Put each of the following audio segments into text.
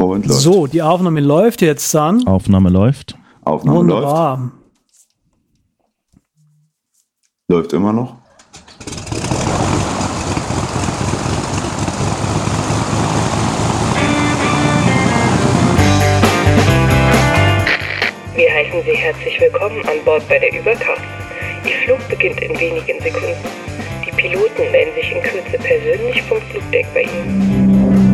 Und läuft. So, die Aufnahme läuft jetzt an. Aufnahme läuft. Wunderbar. Läuft immer noch. Wir heißen Sie herzlich willkommen an Bord bei der Überkraft. Ihr Flug beginnt in wenigen Sekunden. Die Piloten melden sich in Kürze persönlich vom Flugdeck bei Ihnen.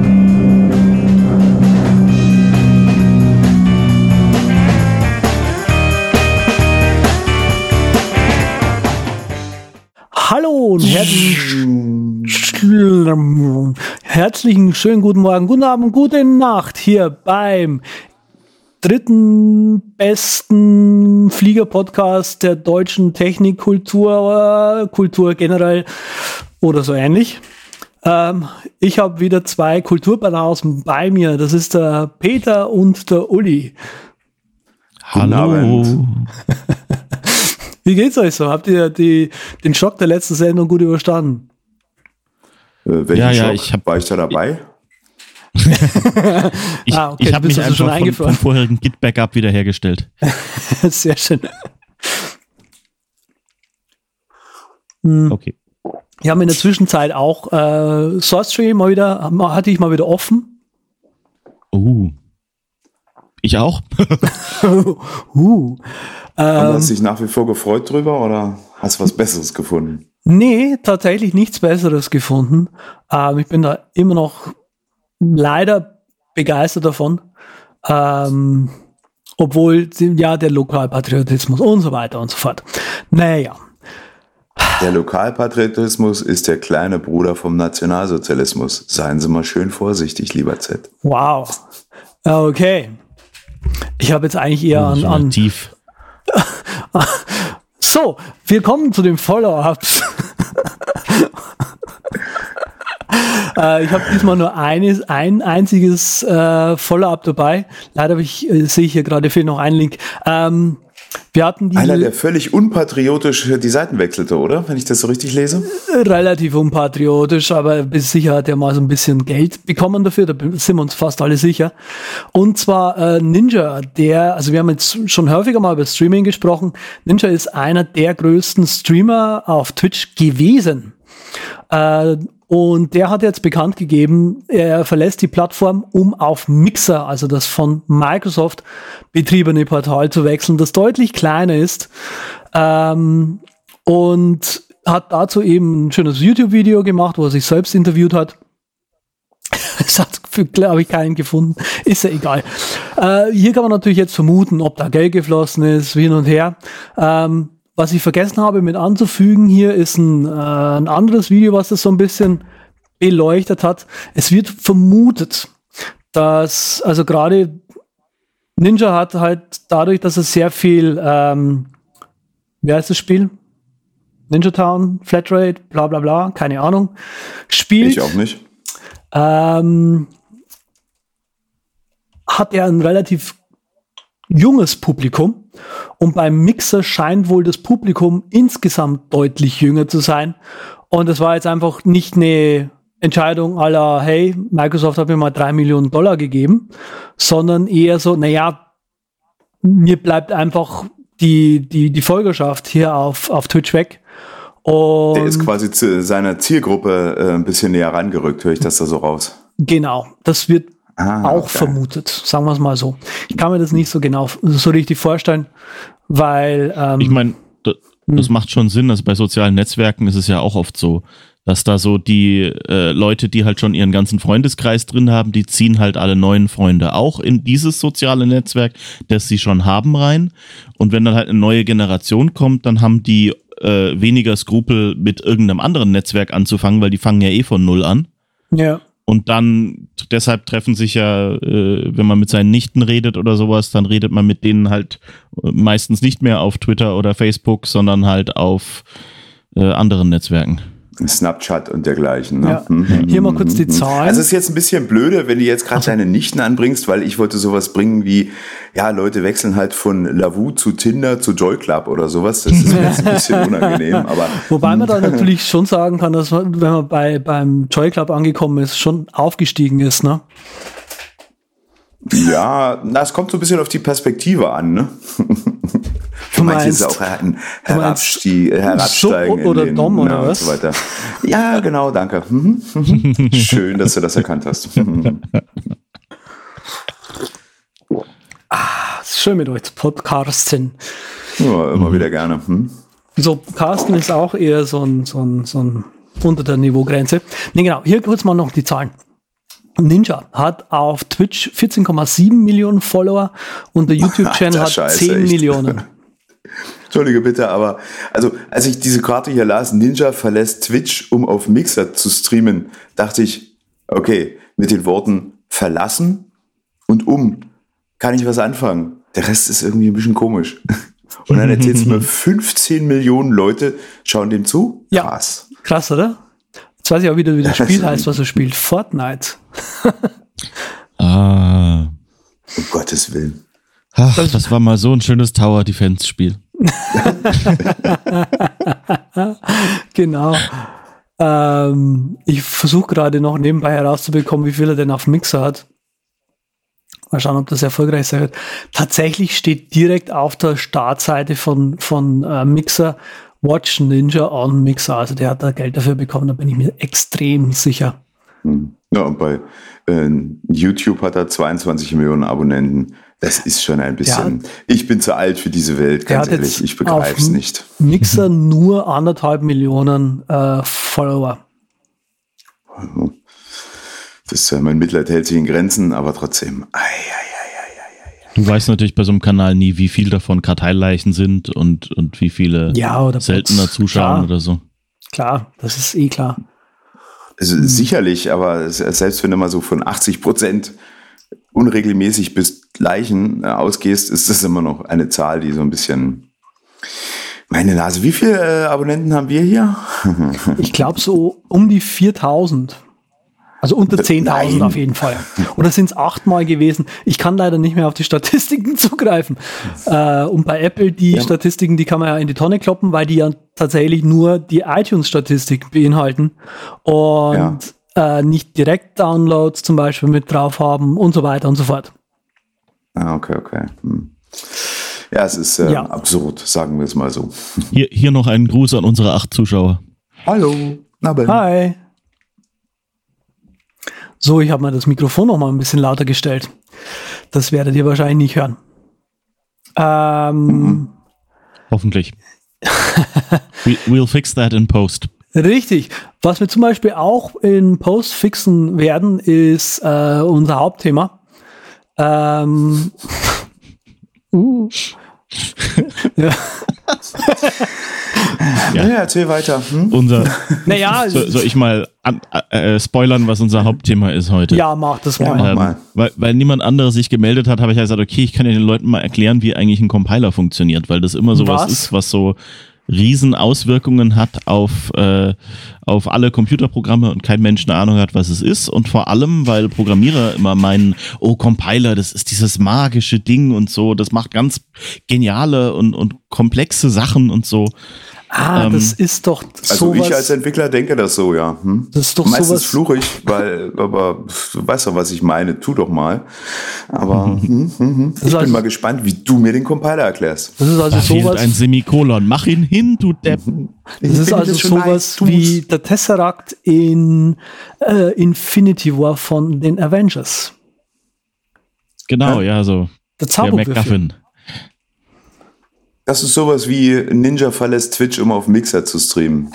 Hallo und herzlichen schönen guten Morgen, guten Abend, gute Nacht hier beim dritten besten Flieger-Podcast der deutschen Technikkultur, Kultur generell oder so ähnlich. Ich habe wieder zwei Kulturbanausen bei mir. Das ist der Peter und der Uli. Hallo. Wie geht's euch so? Habt ihr den Schock der letzten Sendung gut überstanden? Welchen Schock? War ich da dabei? Ich habe mich einfach vom vorherigen Git-Backup wiederhergestellt. Sehr schön. Okay. Ich habe in der Zwischenzeit auch SourceTree hatte ich mal wieder offen. Ich auch. Hast du dich nach wie vor gefreut drüber oder hast du was Besseres gefunden? Nee, tatsächlich nichts Besseres gefunden. Ich bin da immer noch leider begeistert davon. Obwohl, ja, der Lokalpatriotismus und so weiter und so fort. Naja. Der Lokalpatriotismus ist der kleine Bruder vom Nationalsozialismus. Seien Sie mal schön vorsichtig, lieber Z. Wow. Okay. Ich habe jetzt eigentlich eher an tief. So, wir kommen zu den Follow-ups. Ich habe diesmal nur ein einziges Follow-up dabei. Leider sehe ich hier gerade, fehlt noch ein Link. Wir hatten einer, der völlig unpatriotisch die Seiten wechselte, oder? Wenn ich das so richtig lese? Relativ unpatriotisch, aber bis sicher hat er mal so ein bisschen Geld bekommen dafür, da sind wir uns fast alle sicher. Und zwar Ninja, also wir haben jetzt schon häufiger mal über Streaming gesprochen. Ninja ist einer der größten Streamer auf Twitch gewesen. Und der hat jetzt bekannt gegeben, er verlässt die Plattform, um auf Mixer, also das von Microsoft betriebene Portal zu wechseln, das deutlich kleiner ist. Und hat dazu eben ein schönes YouTube-Video gemacht, wo er sich selbst interviewt hat. Es hat, glaube ich, keinen gefunden. Ist ja egal. Hier kann man natürlich jetzt vermuten, ob da Geld geflossen ist, hin und her. Was ich vergessen habe mit anzufügen hier ist ein anderes Video, was das so ein bisschen beleuchtet hat. Es wird vermutet, dass, also gerade Ninja hat halt dadurch, dass es sehr viel, wie heißt das Spiel? Ninja Town, Flatrate, bla bla bla, keine Ahnung, spielt. Ich auch nicht. Hat er ein relativ junges Publikum und beim Mixer scheint wohl das Publikum insgesamt deutlich jünger zu sein und es war jetzt einfach nicht eine Entscheidung à la, hey, Microsoft hat mir mal $3 Millionen gegeben, sondern eher so, naja, mir bleibt einfach die Folgerschaft hier auf Twitch weg. Und der ist quasi zu seiner Zielgruppe ein bisschen näher rangerückt, höre ich das da so raus. Genau, das wird auch vermutet, sagen wir es mal so. Ich kann mir das nicht so genau, so richtig vorstellen, weil ich meine, das macht schon Sinn, also bei sozialen Netzwerken ist es ja auch oft so, dass da so die Leute, die halt schon ihren ganzen Freundeskreis drin haben, die ziehen halt alle neuen Freunde auch in dieses soziale Netzwerk, das sie schon haben, rein. Und wenn dann halt eine neue Generation kommt, dann haben die weniger Skrupel, mit irgendeinem anderen Netzwerk anzufangen, weil die fangen ja eh von null an. Ja. Und dann, deshalb treffen sich ja, wenn man mit seinen Nichten redet oder sowas, dann redet man mit denen halt meistens nicht mehr auf Twitter oder Facebook, sondern halt auf anderen Netzwerken. Snapchat und dergleichen. Ne? Ja. Hier mal kurz die Zahlen. Also es ist jetzt ein bisschen blöde, wenn du jetzt gerade deine Nichten anbringst, weil ich wollte sowas bringen wie, ja, Leute wechseln halt von Lavu zu Tinder zu Joy Club oder sowas. Das ist mir jetzt ein bisschen unangenehm. Aber wobei man da natürlich schon sagen kann, dass man, wenn man beim Joy Club angekommen ist, schon aufgestiegen ist, ne? Ja, es kommt so ein bisschen auf die Perspektive an, ne? Für manche ist es auch ein Herabsteigen oder Dom oder was? Und so weiter. Ja, genau, danke. Schön, dass du das erkannt hast. Ist schön mit euch zu podcasten. Ja, immer wieder gerne. So, Carsten ist auch eher so ein unter der Niveaugrenze. Ne, genau, hier kurz mal noch die Zahlen. Ninja hat auf Twitch 14,7 Millionen Follower und der YouTube-Channel hat 10 Millionen. Entschuldige bitte, aber also als ich diese Karte hier las, Ninja verlässt Twitch, um auf Mixer zu streamen, dachte ich, okay, mit den Worten verlassen und kann ich was anfangen. Der Rest ist irgendwie ein bisschen komisch. Und dann erzählst du mir, 15 Millionen Leute schauen dem zu? Krass. Ja, krass, oder? Jetzt weiß ich auch wieder, wie das Spiel heißt, was er spielt. Fortnite. Um Gottes Willen. Ach, das war mal so ein schönes Tower-Defense-Spiel. Genau. Ich versuche gerade noch nebenbei herauszubekommen, wie viel er denn auf Mixer hat. Mal schauen, ob das erfolgreich sein wird. Tatsächlich steht direkt auf der Startseite von Mixer Watch Ninja on Mixer. Also der hat da Geld dafür bekommen, da bin ich mir extrem sicher. Ja, und bei YouTube hat er 22 Millionen Abonnenten. Das ist schon ein bisschen... Ich bin zu alt für diese Welt, ganz ehrlich. Ich begreife es nicht. Mixer nur 1,5 Millionen Follower. Mein Mitleid hält sich in Grenzen, aber trotzdem. Du weißt natürlich bei so einem Kanal nie, wie viel davon Karteileichen sind und wie viele seltener zuschauen oder so. Klar, das ist eh klar. Also sicherlich, aber selbst wenn du mal so von 80% unregelmäßig bis Leichen ausgehst, ist das immer noch eine Zahl, die so ein bisschen... Meine Nase, wie viele Abonnenten haben wir hier? Ich glaube so um die 4.000. Also unter 10.000 auf jeden Fall. Oder sind es 8-mal gewesen? Ich kann leider nicht mehr auf die Statistiken zugreifen. Und bei Apple, die Statistiken, die kann man ja in die Tonne kloppen, weil die ja tatsächlich nur die iTunes-Statistik beinhalten und nicht direkt Downloads zum Beispiel mit drauf haben und so weiter und so fort. Okay. Ja, es ist absurd, sagen wir es mal so. Hier noch einen Gruß an unsere 8 Zuschauer. Hallo. Hi. So, ich habe mal das Mikrofon noch mal ein bisschen lauter gestellt. Das werdet ihr wahrscheinlich nicht hören. Hoffentlich. We'll fix that in Post. Richtig. Was wir zum Beispiel auch in Post fixen werden, ist unser Hauptthema. Ja. Ja, erzähl weiter. Soll ich mal spoilern, was unser Hauptthema ist heute? Ja, mach das mal. Weil niemand anderes sich gemeldet hat, habe ich gesagt, okay, ich kann ja den Leuten mal erklären, wie eigentlich ein Compiler funktioniert, weil das immer sowas ist, was so riesen Auswirkungen hat auf alle Computerprogramme und kein Mensch eine Ahnung hat, was es ist. Und vor allem, weil Programmierer immer meinen, Compiler, das ist dieses magische Ding und so, das macht ganz geniale und komplexe Sachen und so. Das ist doch also sowas. Ich als Entwickler denke das so, ja. Das ist doch meistens sowas. Fluche ich, aber du weißt doch, was ich meine. Tu doch mal. Aber ich bin mal gespannt, wie du mir den Compiler erklärst. Das ist also da fehlt ein Semikolon. Mach ihn hin, du Depp. Das ist also sowas wie der Tesseract in Infinity War von den Avengers. Genau, ja, so. Der MacGuffin. Das ist sowas wie Ninja verlässt Twitch, um auf Mixer zu streamen.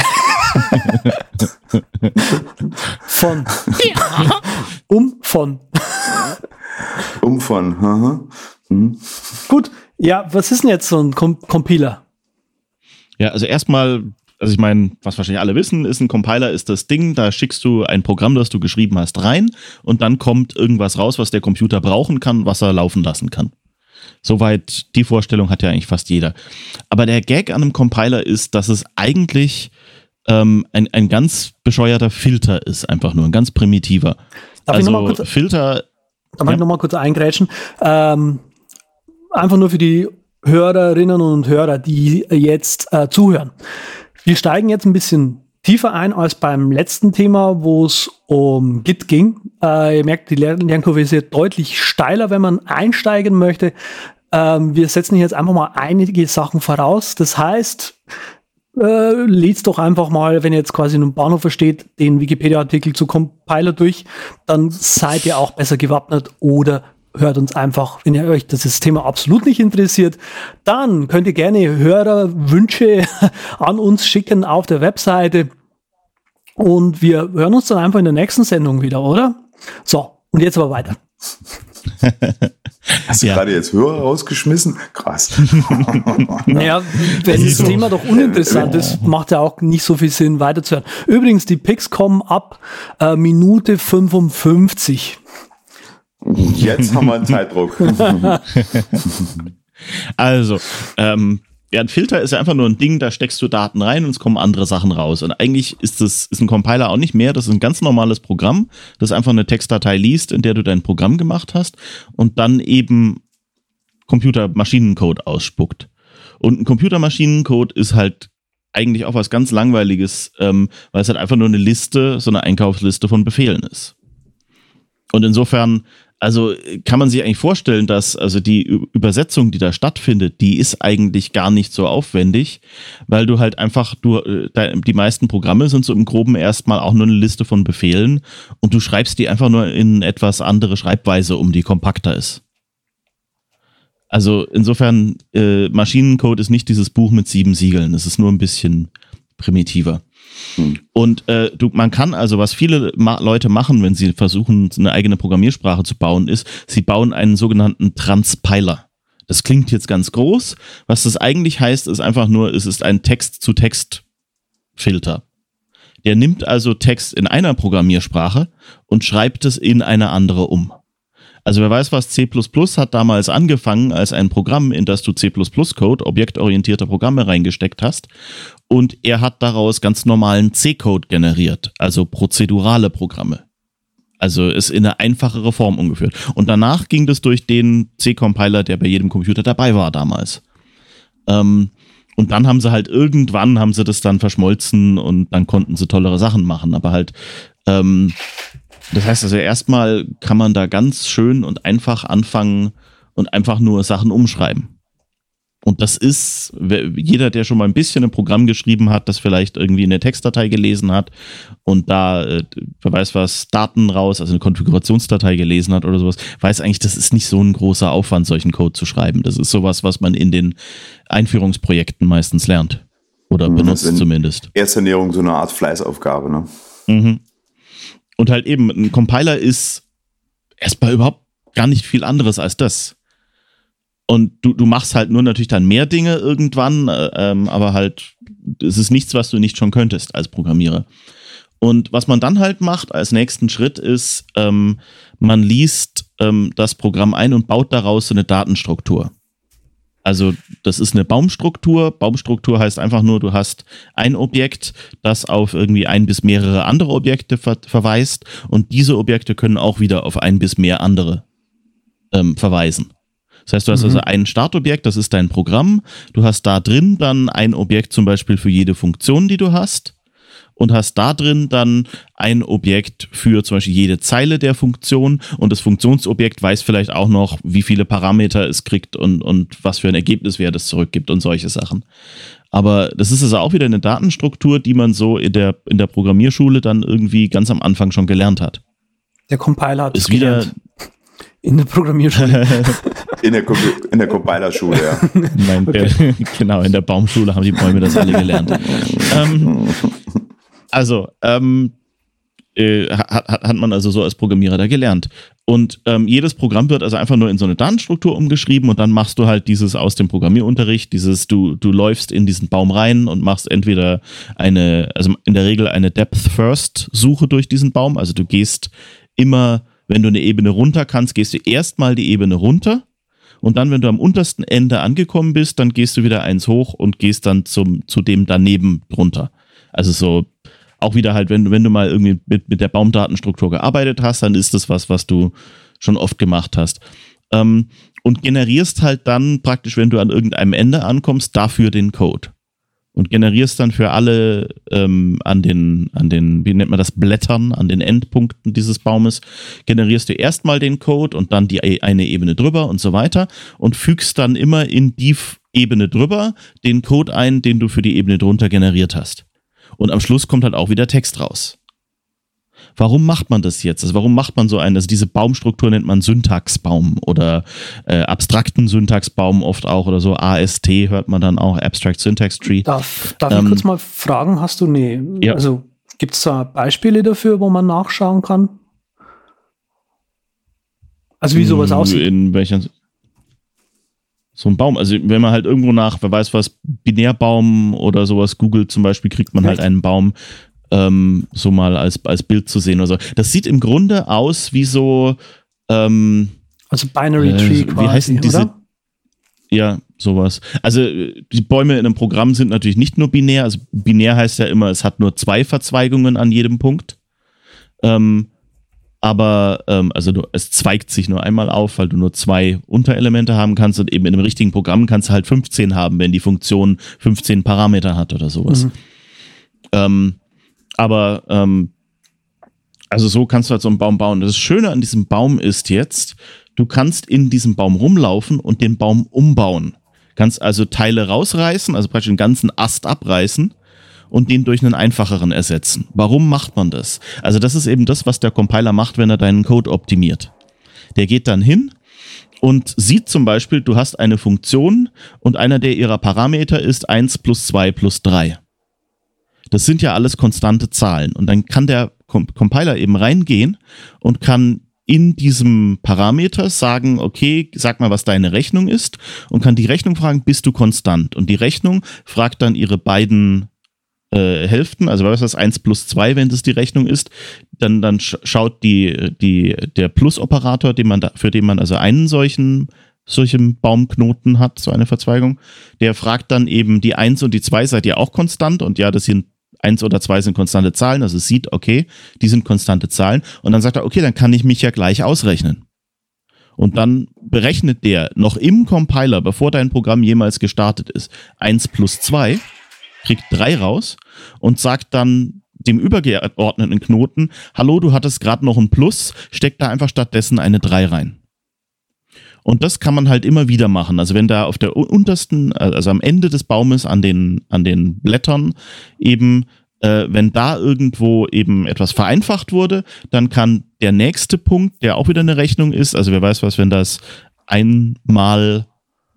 Gut, ja, was ist denn jetzt so ein Compiler? Ja, also erstmal, ich meine, was wahrscheinlich alle wissen, ist ein Compiler ist das Ding, da schickst du ein Programm, das du geschrieben hast, rein und dann kommt irgendwas raus, was der Computer brauchen kann, was er laufen lassen kann. Soweit die Vorstellung hat ja eigentlich fast jeder. Aber der Gag an einem Compiler ist, dass es eigentlich ein ganz bescheuerter Filter ist, einfach nur ein ganz primitiver. Darf ich noch mal kurz eingrätschen? Einfach nur für die Hörerinnen und Hörer, die jetzt zuhören. Wir steigen jetzt ein bisschen tiefer ein als beim letzten Thema, wo es um Git ging. Ihr merkt, die Lernkurve ist hier deutlich steiler, wenn man einsteigen möchte. Wir setzen jetzt einfach mal einige Sachen voraus. Das heißt, lest doch einfach mal, wenn ihr jetzt quasi in einem Bahnhof versteht, den Wikipedia-Artikel zu Compiler durch, dann seid ihr auch besser gewappnet, oder hört uns einfach, wenn ihr euch das Thema absolut nicht interessiert, dann könnt ihr gerne Hörerwünsche an uns schicken auf der Webseite, und wir hören uns dann einfach in der nächsten Sendung wieder, oder? So, und jetzt aber weiter. Hast du gerade jetzt Hörer rausgeschmissen? Krass. Naja, wenn das Thema doch uninteressant ist, macht ja auch nicht so viel Sinn, weiterzuhören. Übrigens, die Picks kommen ab Minute 55. Jetzt haben wir einen Zeitdruck. Also, ja, ein Filter ist ja einfach nur ein Ding, da steckst du Daten rein und es kommen andere Sachen raus. Und eigentlich ist ein Compiler auch nicht mehr, das ist ein ganz normales Programm, das einfach eine Textdatei liest, in der du dein Programm gemacht hast und dann eben Computermaschinencode ausspuckt. Und ein Computermaschinencode ist halt eigentlich auch was ganz Langweiliges, weil es halt einfach nur eine Liste, so eine Einkaufsliste von Befehlen ist. Und insofern, also kann man sich eigentlich vorstellen, dass also die Übersetzung, die da stattfindet, die ist eigentlich gar nicht so aufwendig, weil du halt einfach, die meisten Programme sind so im Groben erstmal auch nur eine Liste von Befehlen und du schreibst die einfach nur in etwas andere Schreibweise, um die kompakter ist. Also insofern, Maschinencode ist nicht dieses Buch mit 7 Siegeln, es ist nur ein bisschen primitiver. Und man kann also, was viele Leute machen, wenn sie versuchen, eine eigene Programmiersprache zu bauen, ist, sie bauen einen sogenannten Transpiler. Das klingt jetzt ganz groß. Was das eigentlich heißt, ist einfach nur, es ist ein Text-zu-Text-Filter. Der nimmt also Text in einer Programmiersprache und schreibt es in eine andere um. Also wer weiß was, C++ hat damals angefangen als ein Programm, in das du C++-Code, objektorientierte Programme reingesteckt hast, und er hat daraus ganz normalen C-Code generiert, also prozedurale Programme. Also es in eine einfachere Form umgeführt. Und danach ging das durch den C-Compiler, der bei jedem Computer dabei war damals. Und dann haben sie halt irgendwann, haben sie das dann verschmolzen und dann konnten sie tollere Sachen machen, aber halt das heißt also, erstmal kann man da ganz schön und einfach anfangen und einfach nur Sachen umschreiben. Und das ist, jeder, der schon mal ein bisschen ein Programm geschrieben hat, das vielleicht irgendwie eine Textdatei gelesen hat und da, wer weiß was, Daten raus, also eine Konfigurationsdatei gelesen hat oder sowas, weiß eigentlich, das ist nicht so ein großer Aufwand, solchen Code zu schreiben. Das ist sowas, was man in den Einführungsprojekten meistens lernt. Oder benutzt zumindest. Ersternährung so eine Art Fleißaufgabe, ne? Mhm. Und halt eben, ein Compiler ist erstmal überhaupt gar nicht viel anderes als das. Und du machst halt nur natürlich dann mehr Dinge irgendwann, aber halt, es ist nichts, was du nicht schon könntest als Programmierer. Und was man dann halt macht als nächsten Schritt ist, man liest das Programm ein und baut daraus so eine Datenstruktur. Also das ist eine Baumstruktur. Baumstruktur heißt einfach nur, du hast ein Objekt, das auf irgendwie ein bis mehrere andere Objekte verweist, und diese Objekte können auch wieder auf ein bis mehr andere verweisen. Das heißt, du hast also ein Startobjekt, das ist dein Programm. Du hast da drin dann ein Objekt zum Beispiel für jede Funktion, die du hast. Und hast da drin dann ein Objekt für zum Beispiel jede Zeile der Funktion, und das Funktionsobjekt weiß vielleicht auch noch, wie viele Parameter es kriegt und was für ein Ergebniswert es zurückgibt und solche Sachen. Aber das ist also auch wieder eine Datenstruktur, die man so in der Programmierschule dann irgendwie ganz am Anfang schon gelernt hat. Der Compiler hat es gelernt. In der Programmierschule. In der Compilerschule, ja. Nein, okay. Genau, in der Baumschule haben die Bäume das alle gelernt. Hat man also so als Programmierer da gelernt. Und jedes Programm wird also einfach nur in so eine Datenstruktur umgeschrieben, und dann machst du halt dieses aus dem Programmierunterricht, du läufst in diesen Baum rein und machst entweder also in der Regel eine Depth-First-Suche durch diesen Baum. Also du gehst immer, wenn du eine Ebene runter kannst, gehst du erstmal die Ebene runter, und dann, wenn du am untersten Ende angekommen bist, dann gehst du wieder eins hoch und gehst dann zu dem daneben runter. Also so auch wieder halt, wenn du mal irgendwie mit der Baumdatenstruktur gearbeitet hast, dann ist das was du schon oft gemacht hast. Und generierst halt dann praktisch, wenn du an irgendeinem Ende ankommst, dafür den Code. und generierst dann für alle an den, wie nennt man das, Blättern, an den Endpunkten dieses Baumes, generierst du erstmal den Code und dann eine Ebene drüber und so weiter und fügst dann immer in die Ebene drüber den Code ein, den du für die Ebene drunter generiert hast. Und am Schluss kommt halt auch wieder Text raus. Warum macht man das jetzt? Also warum macht man so einen? Also diese Baumstruktur nennt man Syntaxbaum oder abstrakten Syntaxbaum oft auch oder so. AST hört man dann auch, Abstract Syntax Tree. Darf ich kurz mal fragen, also gibt es da Beispiele dafür, wo man nachschauen kann? Also wie sowas aussieht? In welchen? So ein Baum, also wenn man halt irgendwo nach, wer weiß was, Binärbaum oder sowas googelt zum Beispiel, kriegt man halt einen Baum, so mal als Bild zu sehen oder so. Das sieht im Grunde aus wie so also Binary Tree quasi, wie heißen diese, oder? Ja, sowas. Also die Bäume in einem Programm sind natürlich nicht nur binär, also binär heißt ja immer, es hat nur 2 Verzweigungen an jedem Punkt. Aber es zweigt sich nur einmal auf, weil du nur 2 Unterelemente haben kannst und eben in einem richtigen Programm kannst du halt 15 haben, wenn die Funktion 15 Parameter hat oder sowas. Also so kannst du halt so einen Baum bauen. Das Schöne an diesem Baum ist jetzt, du kannst in diesem Baum rumlaufen und den Baum umbauen. Kannst also Teile rausreißen, also praktisch den ganzen Ast abreißen und den durch einen einfacheren ersetzen. Warum macht man das? Also das ist eben das, was der Compiler macht, wenn er deinen Code optimiert. Der geht dann hin und sieht zum Beispiel, du hast eine Funktion und einer der ihrer Parameter ist 1 plus 2 plus 3. Das sind ja alles konstante Zahlen. Und dann kann der Compiler eben reingehen und kann in diesem Parameter sagen, okay, sag mal, was deine Rechnung ist und kann die Rechnung fragen, bist du konstant? Und die Rechnung fragt dann ihre beiden Hälften, also was ist das, 1 plus 2, wenn das die Rechnung ist, dann schaut der Plus-Operator, für den man also einen solchen Baumknoten hat, so eine Verzweigung, der fragt dann eben die 1 und die 2, seid ihr auch konstant? Und ja, das sind 1 oder 2 sind konstante Zahlen, also es sieht, okay, die sind konstante Zahlen. Und dann sagt er, okay, dann kann ich mich ja gleich ausrechnen. Und dann berechnet der noch im Compiler, bevor dein Programm jemals gestartet ist, 1 plus 2, kriegt 3 raus und sagt dann dem übergeordneten Knoten, hallo, du hattest gerade noch ein Plus, steck da einfach stattdessen eine 3 rein. Und das kann man halt immer wieder machen. Also wenn da auf der untersten, also am Ende des Baumes an den Blättern eben, wenn da irgendwo eben etwas vereinfacht wurde, dann kann der nächste Punkt, der auch wieder eine Rechnung ist, also wer weiß was, wenn das 1 mal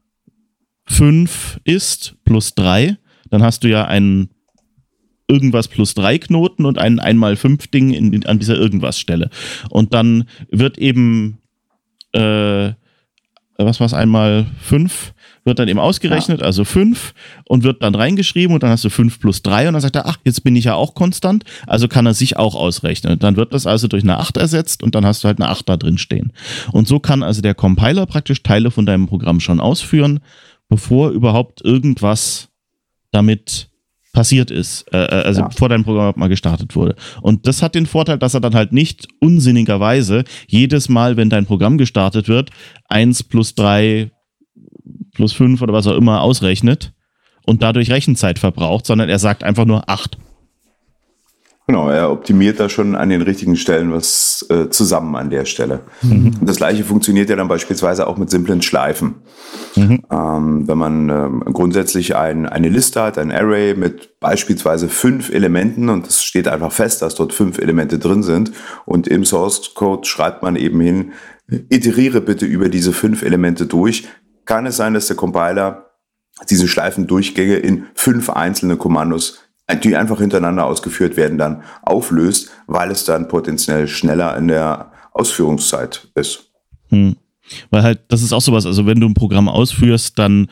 5 ist plus 3, dann hast du ja einen irgendwas plus 3 Knoten und ein 1x5 Ding an dieser irgendwas Stelle. Und dann wird eben, was war es, 1x5, wird dann eben ausgerechnet, also 5 und wird dann reingeschrieben und dann hast du 5 plus 3 und dann sagt er, ach, jetzt bin ich ja auch konstant, also kann er sich auch ausrechnen. Und dann wird das also durch eine 8 ersetzt und dann hast du halt eine 8 da drin stehen. Und so kann also der Compiler praktisch Teile von deinem Programm schon ausführen, bevor überhaupt irgendwas damit passiert ist, bevor dein Programm mal gestartet wurde. Und das hat den Vorteil, dass er dann halt nicht unsinnigerweise jedes Mal, wenn dein Programm gestartet wird, 1 plus 3 plus 5 oder was auch immer ausrechnet und dadurch Rechenzeit verbraucht, sondern er sagt einfach nur 8. Genau, er optimiert da schon an den richtigen Stellen was zusammen an der Stelle. Und das Gleiche funktioniert ja dann beispielsweise auch mit simplen Schleifen. Wenn man grundsätzlich eine Liste hat, ein Array mit beispielsweise 5 Elementen und es steht einfach fest, dass dort 5 Elemente drin sind und im Source Code schreibt man eben hin, iteriere bitte über diese 5 Elemente durch. Kann es sein, dass der Compiler diese Schleifendurchgänge in 5 einzelne Kommandos, die einfach hintereinander ausgeführt werden, dann auflöst, weil es dann potenziell schneller in der Ausführungszeit ist. Weil halt, das ist auch sowas, also wenn du ein Programm ausführst, dann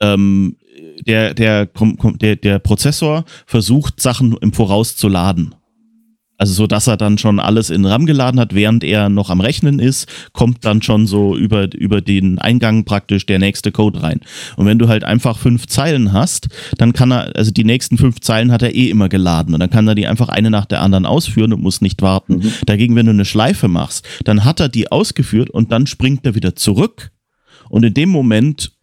der Prozessor versucht, Sachen im Voraus zu laden. Also so, dass er dann schon alles in RAM geladen hat, während er noch am Rechnen ist, kommt dann schon so über den Eingang praktisch der nächste Code rein. Und wenn du halt einfach 5 Zeilen hast, dann kann er, also die nächsten 5 Zeilen hat er immer geladen und dann kann er die einfach eine nach der anderen ausführen und muss nicht warten. Dagegen, wenn du eine Schleife machst, dann hat er die ausgeführt und dann springt er wieder zurück und in dem Moment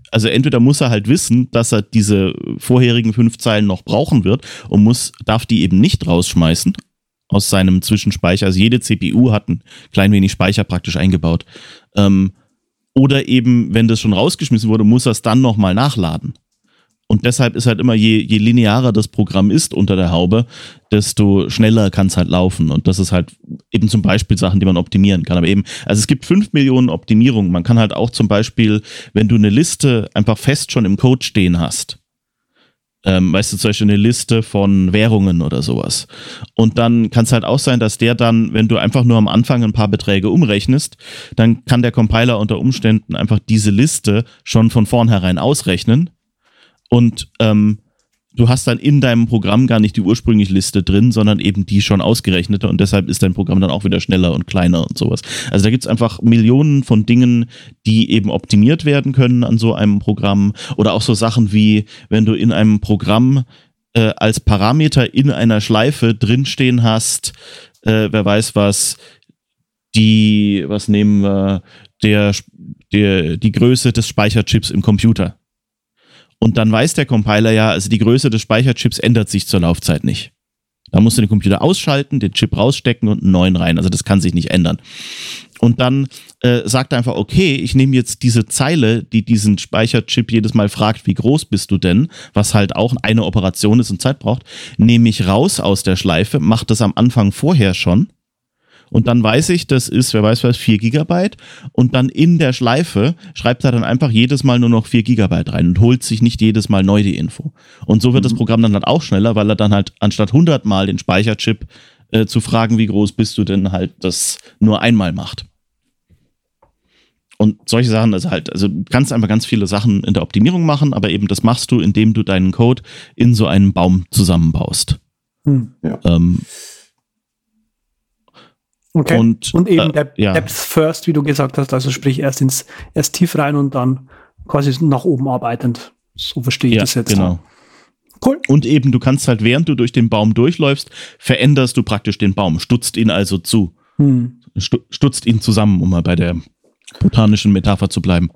Also entweder muss er halt wissen, dass er diese vorherigen 5 Zeilen noch brauchen wird und darf die eben nicht rausschmeißen aus seinem Zwischenspeicher. Also jede CPU hat ein klein wenig Speicher praktisch eingebaut. Oder eben, wenn das schon rausgeschmissen wurde, muss er es dann nochmal nachladen. Und deshalb ist halt immer, je linearer das Programm ist unter der Haube, desto schneller kann es halt laufen. Und das ist halt eben zum Beispiel Sachen, die man optimieren kann. Aber eben, also es gibt 5 Millionen Optimierungen. Man kann halt auch zum Beispiel, wenn du eine Liste einfach fest schon im Code stehen hast, weißt du, zum Beispiel eine Liste von Währungen oder sowas. Und dann kann es halt auch sein, dass der dann, wenn du einfach nur am Anfang ein paar Beträge umrechnest, dann kann der Compiler unter Umständen einfach diese Liste schon von vornherein ausrechnen. Und du hast dann in deinem Programm gar nicht die ursprüngliche Liste drin, sondern eben die schon ausgerechnete und deshalb ist dein Programm dann auch wieder schneller und kleiner und sowas. Also da gibt es einfach Millionen von Dingen, die eben optimiert werden können an so einem Programm oder auch so Sachen wie, wenn du in einem Programm als Parameter in einer Schleife drinstehen hast, wer weiß was, was nehmen wir, die Größe des Speicherchips im Computer. Und dann weiß der Compiler ja, also die Größe des Speicherchips ändert sich zur Laufzeit nicht. Da musst du den Computer ausschalten, den Chip rausstecken und einen neuen rein. Also das kann sich nicht ändern. Und dann sagt er einfach, okay, ich nehme jetzt diese Zeile, die diesen Speicherchip jedes Mal fragt, wie groß bist du denn, was halt auch eine Operation ist und Zeit braucht, nehme ich raus aus der Schleife, mache das am Anfang vorher schon. Und dann weiß ich, das ist, wer weiß was, 4 Gigabyte. Und dann in der Schleife schreibt er dann einfach jedes Mal nur noch 4 Gigabyte rein und holt sich nicht jedes Mal neu die Info. Und so wird das Programm dann halt auch schneller, weil er dann halt anstatt 100 Mal den Speicherchip zu fragen, wie groß bist du denn, halt das nur einmal macht. Und solche Sachen, also du kannst einfach ganz viele Sachen in der Optimierung machen, aber eben das machst du, indem du deinen Code in so einen Baum zusammenbaust. Ja. Okay. Und eben ja. Depth first, wie du gesagt hast, also sprich erst tief rein und dann quasi nach oben arbeitend. So verstehe ich das jetzt. Genau. Cool. Und eben, du kannst halt, während du durch den Baum durchläufst, veränderst du praktisch den Baum, stutzt ihn also zu. Stutzt ihn zusammen, um mal bei der botanischen Metapher zu bleiben.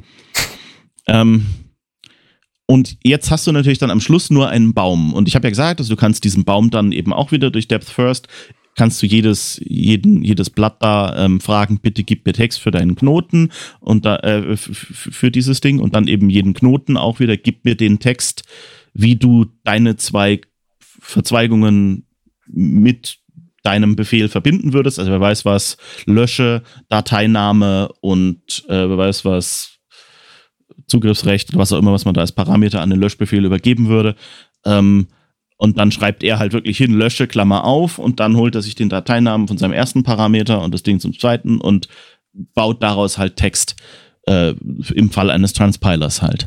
Und jetzt hast du natürlich dann am Schluss nur einen Baum. Und ich habe ja gesagt, also du kannst diesen Baum dann eben auch wieder durch Depth First, kannst du jedes Blatt da fragen, bitte gib mir Text für deinen Knoten und für dieses Ding und dann eben jeden Knoten auch wieder, gib mir den Text, wie du deine 2 Verzweigungen mit deinem Befehl verbinden würdest. Also wer weiß was, lösche, Dateiname und wer weiß was, Zugriffsrecht oder was auch immer, was man da als Parameter an den Löschbefehl übergeben würde. Und dann schreibt er halt wirklich hin, lösche, Klammer auf, und dann holt er sich den Dateinamen von seinem ersten Parameter und das Ding zum zweiten und baut daraus halt Text, im Fall eines Transpilers halt.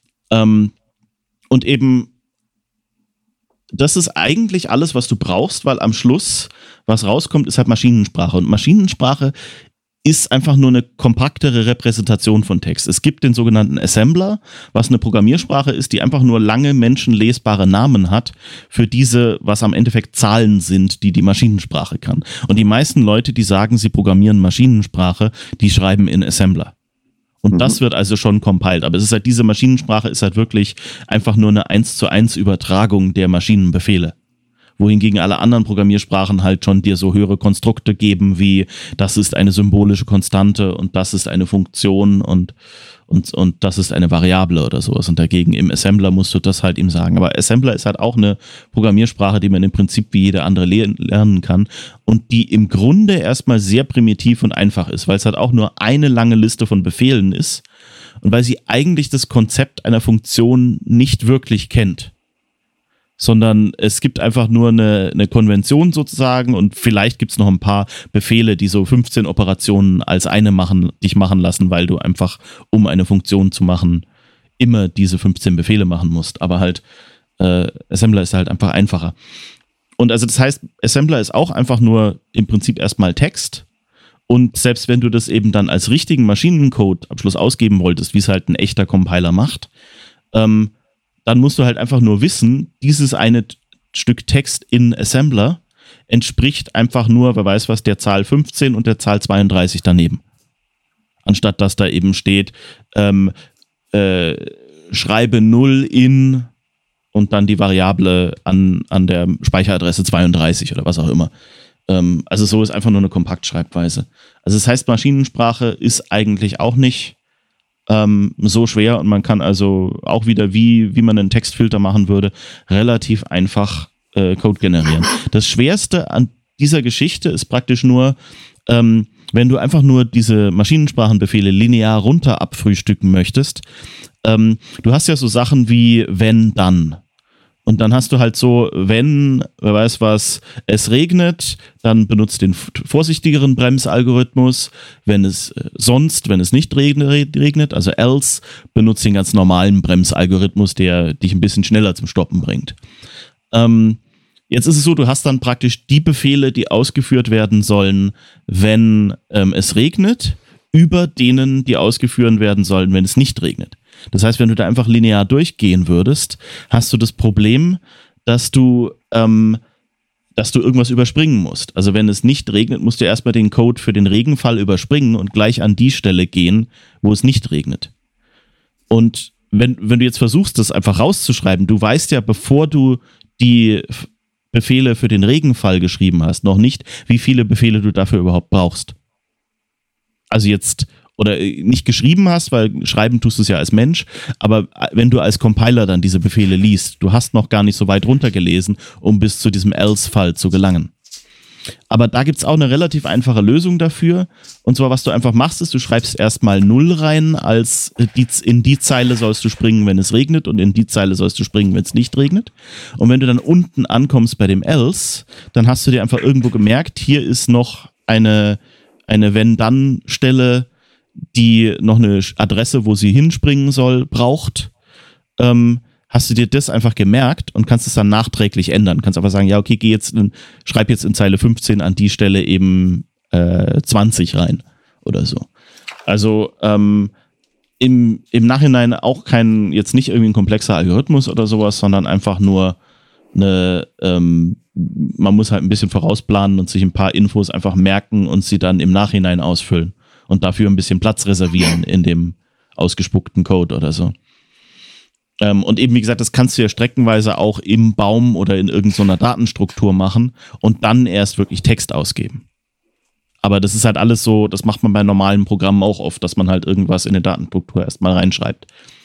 Und eben, das ist eigentlich alles, was du brauchst, weil am Schluss, was rauskommt, ist halt Maschinensprache. Und Maschinensprache ist einfach nur eine kompaktere Repräsentation von Text. Es gibt den sogenannten Assembler, was eine Programmiersprache ist, die einfach nur lange menschenlesbare Namen hat für diese, was am Endeffekt Zahlen sind, die Maschinensprache kann. Und die meisten Leute, die sagen, sie programmieren Maschinensprache, die schreiben in Assembler. Und das wird also schon compiled. Aber es ist halt, diese Maschinensprache ist halt wirklich einfach nur eine 1:1 Übertragung der Maschinenbefehle. Wohingegen alle anderen Programmiersprachen halt schon dir so höhere Konstrukte geben, wie das ist eine symbolische Konstante und das ist eine Funktion und das ist eine Variable oder sowas. Und dagegen im Assembler musst du das halt ihm sagen. Aber Assembler ist halt auch eine Programmiersprache, die man im Prinzip wie jede andere lernen kann und die im Grunde erstmal sehr primitiv und einfach ist, weil es halt auch nur eine lange Liste von Befehlen ist und weil sie eigentlich das Konzept einer Funktion nicht wirklich kennt. Sondern es gibt einfach nur eine Konvention sozusagen und vielleicht gibt es noch ein paar Befehle, die so 15 Operationen als eine dich machen lassen, weil du einfach, um eine Funktion zu machen, immer diese 15 Befehle machen musst. Aber halt, Assembler ist halt einfach einfacher. Und also das heißt, Assembler ist auch einfach nur im Prinzip erstmal Text. Und selbst wenn du das eben dann als richtigen Maschinencode am Schluss ausgeben wolltest, wie es halt ein echter Compiler macht, dann musst du halt einfach nur wissen, dieses eine Stück Text in Assembler entspricht einfach nur, wer weiß was, der Zahl 15 und der Zahl 32 daneben. Anstatt dass da eben steht, schreibe 0 in und dann die Variable an der Speicheradresse 32 oder was auch immer. Also so ist einfach nur eine Kompaktschreibweise. Also das heißt, Maschinensprache ist eigentlich auch nicht so schwer und man kann also auch wieder, wie man einen Textfilter machen würde, relativ einfach Code generieren. Das Schwerste an dieser Geschichte ist praktisch nur, wenn du einfach nur diese Maschinensprachenbefehle linear runter abfrühstücken möchtest. Du hast ja so Sachen wie wenn, dann. Und dann hast du halt so, wenn, wer weiß was, es regnet, dann benutzt den vorsichtigeren Bremsalgorithmus. Wenn es nicht regnet, also else, benutzt den ganz normalen Bremsalgorithmus, der dich ein bisschen schneller zum Stoppen bringt. Jetzt ist es so, du hast dann praktisch die Befehle, die ausgeführt werden sollen, wenn es regnet, über denen, die ausgeführt werden sollen, wenn es nicht regnet. Das heißt, wenn du da einfach linear durchgehen würdest, hast du das Problem, dass du irgendwas überspringen musst. Also wenn es nicht regnet, musst du erstmal den Code für den Regenfall überspringen und gleich an die Stelle gehen, wo es nicht regnet. Und wenn du jetzt versuchst, das einfach rauszuschreiben, du weißt ja, bevor du die Befehle für den Regenfall geschrieben hast, noch nicht, wie viele Befehle du dafür überhaupt brauchst. Also jetzt, oder nicht geschrieben hast, weil schreiben tust du es ja als Mensch, aber wenn du als Compiler dann diese Befehle liest, du hast noch gar nicht so weit runtergelesen, um bis zu diesem else-Fall zu gelangen. Aber da gibt es auch eine relativ einfache Lösung dafür. Und zwar, was du einfach machst, ist, du schreibst erstmal 0 rein, als in die Zeile sollst du springen, wenn es regnet, und in die Zeile sollst du springen, wenn es nicht regnet. Und wenn du dann unten ankommst bei dem else, dann hast du dir einfach irgendwo gemerkt, hier ist noch eine Wenn-Dann-Stelle, die noch eine Adresse, wo sie hinspringen soll, braucht. Hast du dir das einfach gemerkt und kannst es dann nachträglich ändern. Kannst einfach sagen, ja, okay, schreib jetzt in Zeile 15 an die Stelle eben 20 rein oder so. Also im Nachhinein auch jetzt nicht irgendwie ein komplexer Algorithmus oder sowas, sondern einfach nur man muss halt ein bisschen vorausplanen und sich ein paar Infos einfach merken und sie dann im Nachhinein ausfüllen und dafür ein bisschen Platz reservieren in dem ausgespuckten Code oder so. Und eben, wie gesagt, das kannst du ja streckenweise auch im Baum oder in irgendeiner Datenstruktur machen und dann erst wirklich Text ausgeben. Aber das ist halt alles so, das macht man bei normalen Programmen auch oft, dass man halt irgendwas in eine Datenstruktur erstmal reinschreibt.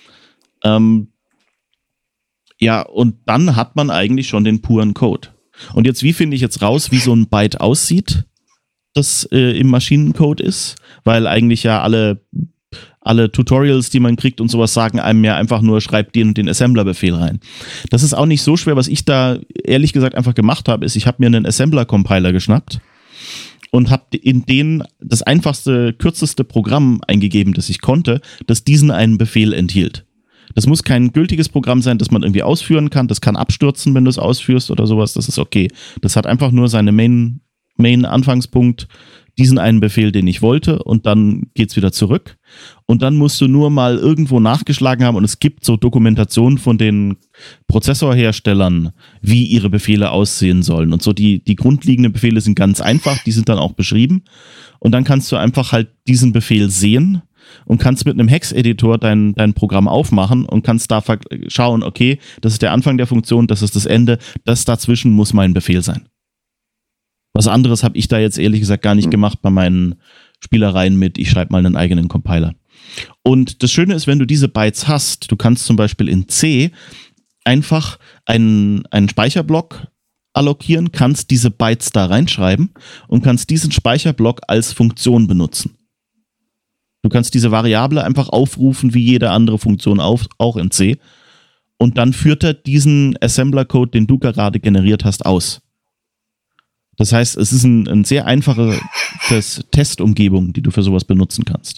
Ja, und dann hat man eigentlich schon den puren Code. Und jetzt, wie finde ich jetzt raus, wie so ein Byte aussieht, das im Maschinencode ist? Weil eigentlich ja alle Tutorials, die man kriegt und sowas, sagen einem ja einfach nur, schreib den und den Assembler-Befehl rein. Das ist auch nicht so schwer. Was ich da ehrlich gesagt einfach gemacht habe, ist, ich habe mir einen Assembler-Compiler geschnappt und habe in den das einfachste, kürzeste Programm eingegeben, das ich konnte, das diesen einen Befehl enthielt. Das muss kein gültiges Programm sein, das man irgendwie ausführen kann. Das kann abstürzen, wenn du es ausführst oder sowas. Das ist okay. Das hat einfach nur seine Main-Anfangspunkt, diesen einen Befehl, den ich wollte, und dann geht's wieder zurück. Und dann musst du nur mal irgendwo nachgeschlagen haben, und es gibt so Dokumentationen von den Prozessorherstellern, wie ihre Befehle aussehen sollen. Und so die grundlegenden Befehle sind ganz einfach, die sind dann auch beschrieben. Und dann kannst du einfach halt diesen Befehl sehen und kannst mit einem Hex-Editor dein Programm aufmachen und kannst da schauen, okay, das ist der Anfang der Funktion, das ist das Ende, das dazwischen muss mein Befehl sein. Was anderes habe ich da jetzt ehrlich gesagt gar nicht gemacht bei meinen Spielereien mit, ich schreibe mal einen eigenen Compiler. Und das Schöne ist, wenn du diese Bytes hast, du kannst zum Beispiel in C einfach einen Speicherblock allokieren, kannst diese Bytes da reinschreiben und kannst diesen Speicherblock als Funktion benutzen. Du kannst diese Variable einfach aufrufen, wie jede andere Funktion auch in C, und dann führt er diesen Assembler-Code, den du gerade generiert hast, aus. Das heißt, es ist ein sehr einfache Testumgebung, die du für sowas benutzen kannst.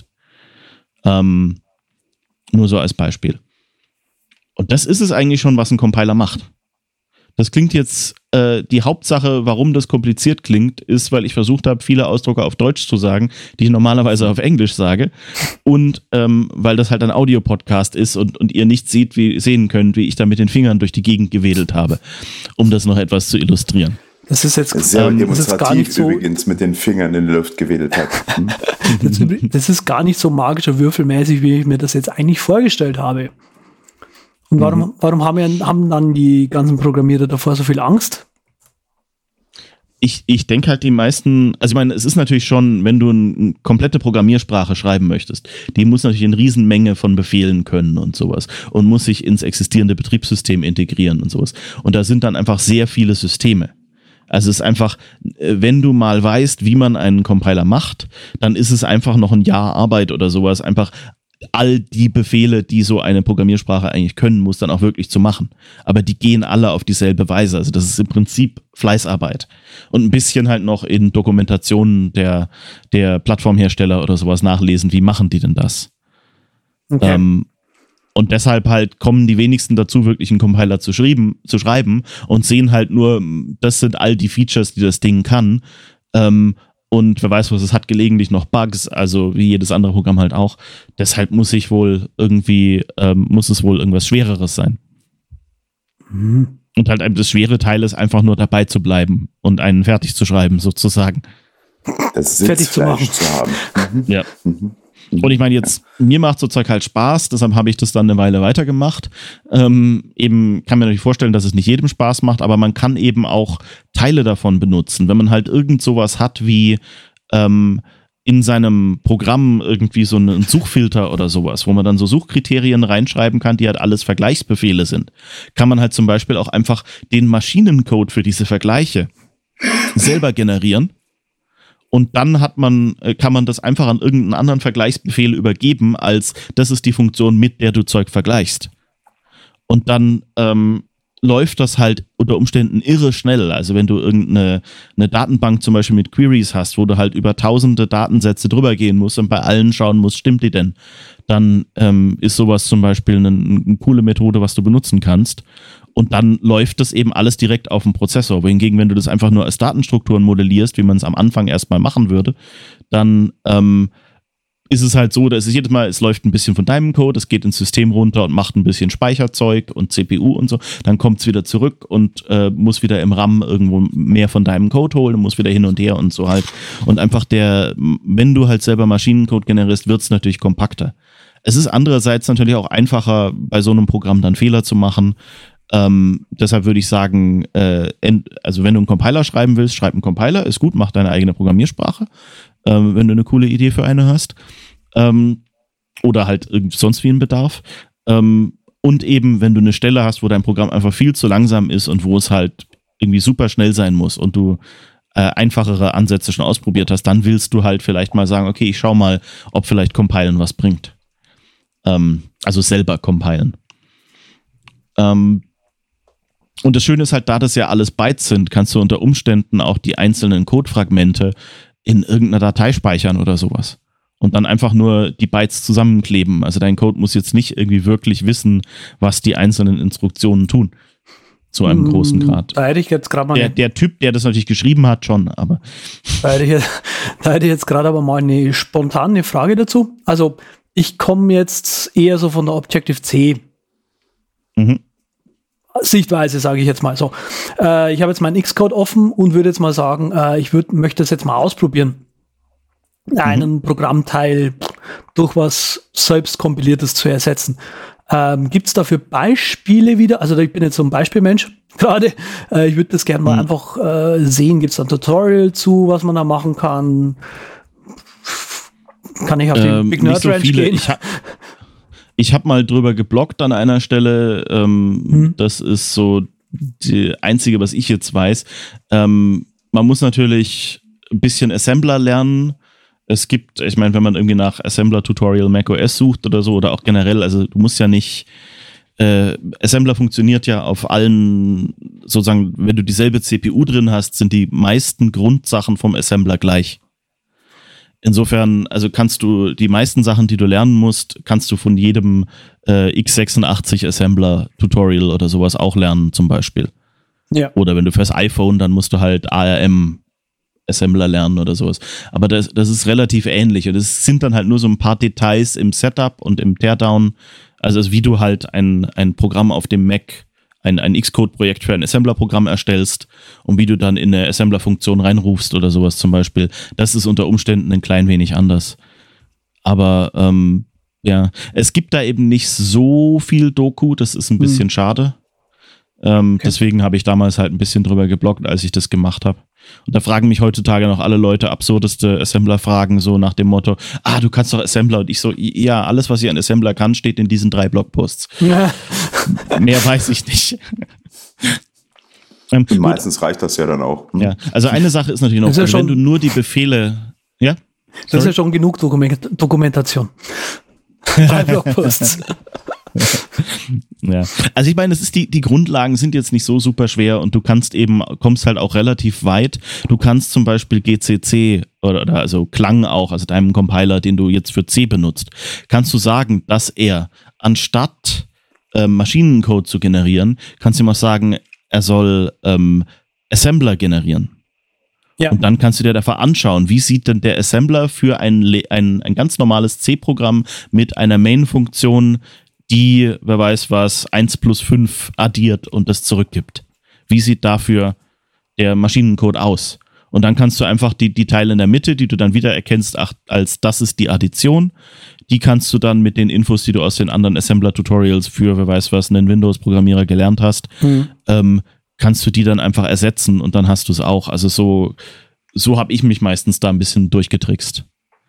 Nur so als Beispiel. Und das ist es eigentlich schon, was ein Compiler macht. Das klingt jetzt, die Hauptsache, warum das kompliziert klingt, ist, weil ich versucht habe, viele Ausdrücke auf Deutsch zu sagen, die ich normalerweise auf Englisch sage, und weil das halt ein Audiopodcast ist und ihr nicht sehen könnt, wie ich da mit den Fingern durch die Gegend gewedelt habe, um das noch etwas zu illustrieren. Das ist jetzt sehr demonstrativ gar nicht so, übrigens mit den Fingern in die Luft gewedelt hat. Das ist gar nicht so magisch und würfelmäßig, wie ich mir das jetzt eigentlich vorgestellt habe. Und warum haben dann die ganzen Programmierer davor so viel Angst? Ich denke halt die meisten, also ich meine, es ist natürlich schon, wenn du eine komplette Programmiersprache schreiben möchtest, die muss natürlich eine Riesenmenge von Befehlen können und sowas und muss sich ins existierende Betriebssystem integrieren und sowas. Und da sind dann einfach sehr viele Systeme. Also es ist einfach, wenn du mal weißt, wie man einen Compiler macht, dann ist es einfach noch ein Jahr Arbeit oder sowas, einfach all die Befehle, die so eine Programmiersprache eigentlich können muss, dann auch wirklich zu machen. Aber die gehen alle auf dieselbe Weise. Also das ist im Prinzip Fleißarbeit. Und ein bisschen halt noch in Dokumentationen der Plattformhersteller oder sowas nachlesen, wie machen die denn das? Okay. Und deshalb halt kommen die wenigsten dazu, wirklich einen Compiler zu schreiben und sehen halt nur, das sind all die Features, die das Ding kann. Und wer weiß was, es hat gelegentlich noch Bugs, also wie jedes andere Programm halt auch. Deshalb muss es wohl irgendwas Schwereres sein. Mhm. Und halt das schwere Teil ist einfach nur dabei zu bleiben und einen fertig zu schreiben, sozusagen. Das Sitzfleisch zu haben. Mhm. Ja. Mhm. Und ich meine jetzt, mir macht so Zeug halt Spaß, deshalb habe ich das dann eine Weile weitergemacht. Eben kann mir natürlich vorstellen, dass es nicht jedem Spaß macht, aber man kann eben auch Teile davon benutzen. Wenn man halt irgend sowas hat wie in seinem Programm irgendwie so einen Suchfilter oder sowas, wo man dann so Suchkriterien reinschreiben kann, die halt alles Vergleichsbefehle sind, kann man halt zum Beispiel auch einfach den Maschinencode für diese Vergleiche selber generieren. Und dann kann man das einfach an irgendeinen anderen Vergleichsbefehl übergeben, als das ist die Funktion, mit der du Zeug vergleichst. Und dann läuft das halt unter Umständen irre schnell. Also wenn du irgendeine Datenbank zum Beispiel mit Queries hast, wo du halt über tausende Datensätze drüber gehen musst und bei allen schauen musst, stimmt die denn? Dann ist sowas zum Beispiel eine coole Methode, was du benutzen kannst. Und dann läuft das eben alles direkt auf dem Prozessor. Wohingegen, wenn du das einfach nur als Datenstrukturen modellierst, wie man es am Anfang erstmal machen würde, dann ist es halt so, dass es jedes Mal, es läuft ein bisschen von deinem Code, es geht ins System runter und macht ein bisschen Speicherzeug und CPU und so, dann kommt es wieder zurück und muss wieder im RAM irgendwo mehr von deinem Code holen und muss wieder hin und her und so halt. Und einfach wenn du halt selber Maschinencode generierst, wird es natürlich kompakter. Es ist andererseits natürlich auch einfacher, bei so einem Programm dann Fehler zu machen. Deshalb würde ich sagen, also wenn du einen Compiler schreiben willst, schreib einen Compiler, ist gut, mach deine eigene Programmiersprache, wenn du eine coole Idee für eine hast, oder halt sonst wie einen Bedarf, und eben, wenn du eine Stelle hast, wo dein Programm einfach viel zu langsam ist und wo es halt irgendwie super schnell sein muss und du einfachere Ansätze schon ausprobiert hast, dann willst du halt vielleicht mal sagen, okay, ich schau mal, ob vielleicht Compilen was bringt. Also selber compilen. Und das Schöne ist halt, da das ja alles Bytes sind, kannst du unter Umständen auch die einzelnen Codefragmente in irgendeiner Datei speichern oder sowas. Und dann einfach nur die Bytes zusammenkleben. Also dein Code muss jetzt nicht irgendwie wirklich wissen, was die einzelnen Instruktionen tun. Zu einem großen Grad. Da hätte ich jetzt gerade mal der Typ, der das natürlich geschrieben hat, schon, aber. Da hätte ich jetzt gerade aber mal eine spontane Frage dazu. Also, ich komme jetzt eher so von der Objective-C Sichtweise, sage ich jetzt mal so. Ich habe jetzt meinen Xcode offen und würde jetzt mal sagen, ich möchte das jetzt mal ausprobieren, einen Programmteil durch was selbst kompiliertes zu ersetzen. Gibt es dafür Beispiele wieder? Also ich bin jetzt so ein Beispielmensch gerade. Ich würde das gerne mal einfach sehen. Gibt es da ein Tutorial zu, was man da machen kann? Kann ich auf den Big Nerd Ranch gehen? Ich habe mal drüber gebloggt an einer Stelle. Das ist so die einzige, was ich jetzt weiß. Man muss natürlich ein bisschen Assembler lernen. Es gibt, ich meine, wenn man irgendwie nach Assembler-Tutorial macOS sucht oder so, oder auch generell, also du musst ja nicht, Assembler funktioniert ja auf allen, sozusagen, wenn du dieselbe CPU drin hast, sind die meisten Grundsachen vom Assembler gleich. Insofern, also kannst du die meisten Sachen, die du lernen musst, kannst du von jedem x86 Assembler Tutorial oder sowas auch lernen, zum Beispiel. Ja. Oder wenn du fürs iPhone, dann musst du halt ARM Assembler lernen oder sowas. Aber das ist relativ ähnlich. Und es sind dann halt nur so ein paar Details im Setup und im Teardown. Also wie du halt ein Programm auf dem Mac, ein Xcode-Projekt für ein Assembler-Programm erstellst und wie du dann in eine Assembler-Funktion reinrufst oder sowas zum Beispiel. Das ist unter Umständen ein klein wenig anders. Aber Ja, es gibt da eben nicht so viel Doku, das ist ein bisschen schade. Deswegen habe ich damals halt ein bisschen drüber gebloggt, als ich das gemacht habe. Und da fragen mich heutzutage noch alle Leute absurdeste Assembler-Fragen, so nach dem Motto, du kannst doch Assembler. Und ich so, ja, alles, was ich an Assembler kann, steht in diesen 3 Blogposts. Ja. Mehr weiß ich nicht. Meistens reicht das ja dann auch. Ja, also eine Sache ist natürlich noch, ist ja wenn du nur die Befehle, ja? Sorry? Das ist ja schon genug Dokumentation. 3 Blogposts. Ja, also ich meine, es ist die Grundlagen sind jetzt nicht so super schwer und du kommst halt auch relativ weit. Du kannst zum Beispiel GCC oder also Klang auch, also deinem Compiler, den du jetzt für C benutzt, kannst du sagen, dass er anstatt Maschinencode zu generieren, kannst du ihm auch sagen, er soll Assembler generieren. Ja. Und dann kannst du dir dafür anschauen, wie sieht denn der Assembler für ein ganz normales C-Programm mit einer Main-Funktion, die, wer weiß was, 1 plus 5 addiert und das zurückgibt. Wie sieht dafür der Maschinencode aus? Und dann kannst du einfach die Teile in der Mitte, die du dann wieder erkennst, als das ist die Addition, die kannst du dann mit den Infos, die du aus den anderen Assembler-Tutorials für, wer weiß was, einen Windows-Programmierer gelernt hast, kannst du die dann einfach ersetzen und dann hast du es auch. Also so habe ich mich meistens da ein bisschen durchgetrickst.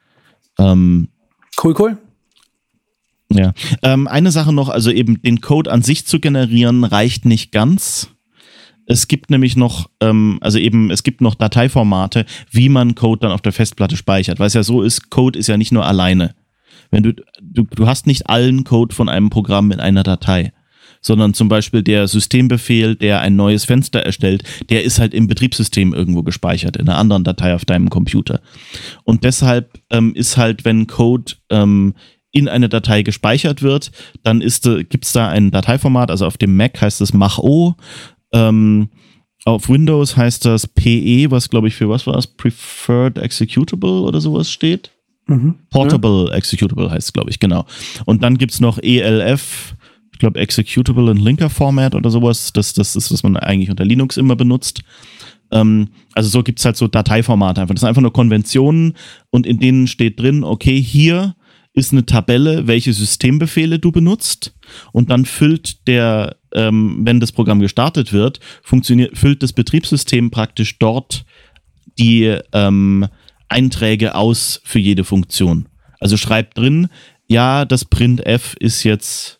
Cool. Ja, eine Sache noch, also eben den Code an sich zu generieren, reicht nicht ganz. Es gibt nämlich noch, es gibt noch Dateiformate, wie man Code dann auf der Festplatte speichert. Weil es ja so ist, Code ist ja nicht nur alleine. Wenn du hast nicht allen Code von einem Programm in einer Datei, sondern zum Beispiel der Systembefehl, der ein neues Fenster erstellt, der ist halt im Betriebssystem irgendwo gespeichert, in einer anderen Datei auf deinem Computer. Und deshalb ist halt, wenn Code in eine Datei gespeichert wird, dann gibt's da ein Dateiformat, also auf dem Mac heißt es Mach-O, auf Windows heißt das PE, was glaube ich für was war das? Preferred Executable oder sowas steht. Portable Executable heißt es, glaube ich, genau. Und dann gibt's noch ELF, ich glaube Executable in Linker Format oder sowas, das ist, was man eigentlich unter Linux immer benutzt. Also so gibt's halt so Dateiformate einfach. Das sind einfach nur Konventionen und in denen steht drin, okay, hier ist eine Tabelle, welche Systembefehle du benutzt und dann füllt wenn das Programm gestartet wird, füllt das Betriebssystem praktisch dort die Einträge aus für jede Funktion. Also schreibt drin, ja, das printf ist jetzt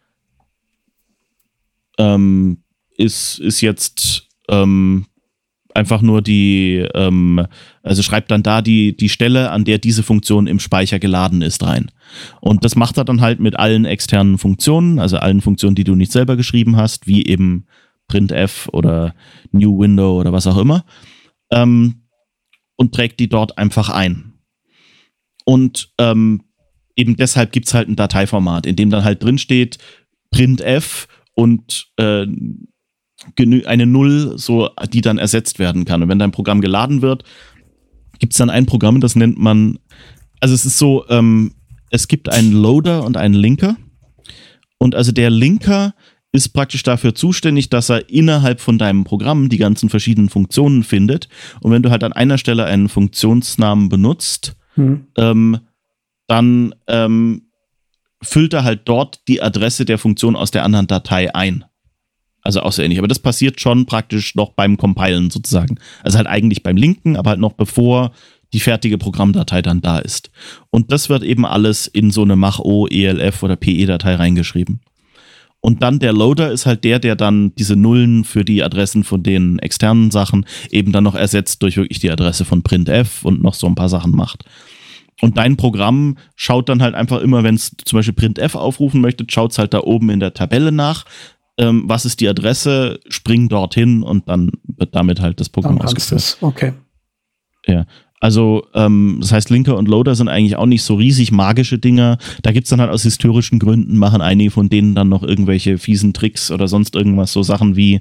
einfach nur also schreibt dann da die Stelle, an der diese Funktion im Speicher geladen ist, rein. Und das macht er dann halt mit allen externen Funktionen, also allen Funktionen, die du nicht selber geschrieben hast, wie eben printf oder new window oder was auch immer, und trägt die dort einfach ein. Und eben deshalb gibt's halt ein Dateiformat, in dem dann halt drin steht printf und eine Null, so, die dann ersetzt werden kann. Und wenn dein Programm geladen wird, gibt es dann ein Programm, das nennt man, also es ist so, es gibt einen Loader und einen Linker. Und also der Linker ist praktisch dafür zuständig, dass er innerhalb von deinem Programm die ganzen verschiedenen Funktionen findet. Und wenn du halt an einer Stelle einen Funktionsnamen benutzt, dann füllt er halt dort die Adresse der Funktion aus der anderen Datei ein. Also auch so ähnlich. Aber das passiert schon praktisch noch beim Compilen sozusagen. Also halt eigentlich beim Linken, aber halt noch bevor die fertige Programmdatei dann da ist. Und das wird eben alles in so eine Mach-O, ELF oder PE-Datei reingeschrieben. Und dann der Loader ist halt der dann diese Nullen für die Adressen von den externen Sachen eben dann noch ersetzt durch wirklich die Adresse von printf und noch so ein paar Sachen macht. Und dein Programm schaut dann halt einfach immer, wenn es zum Beispiel printf aufrufen möchte, schaut es halt da oben in der Tabelle nach, was ist die Adresse, spring dorthin und dann wird damit halt das Programm ausgeführt. Okay. Ja, also das heißt, Linker und Loader sind eigentlich auch nicht so riesig magische Dinger. Da gibt's dann halt aus historischen Gründen, machen einige von denen dann noch irgendwelche fiesen Tricks oder sonst irgendwas, so Sachen wie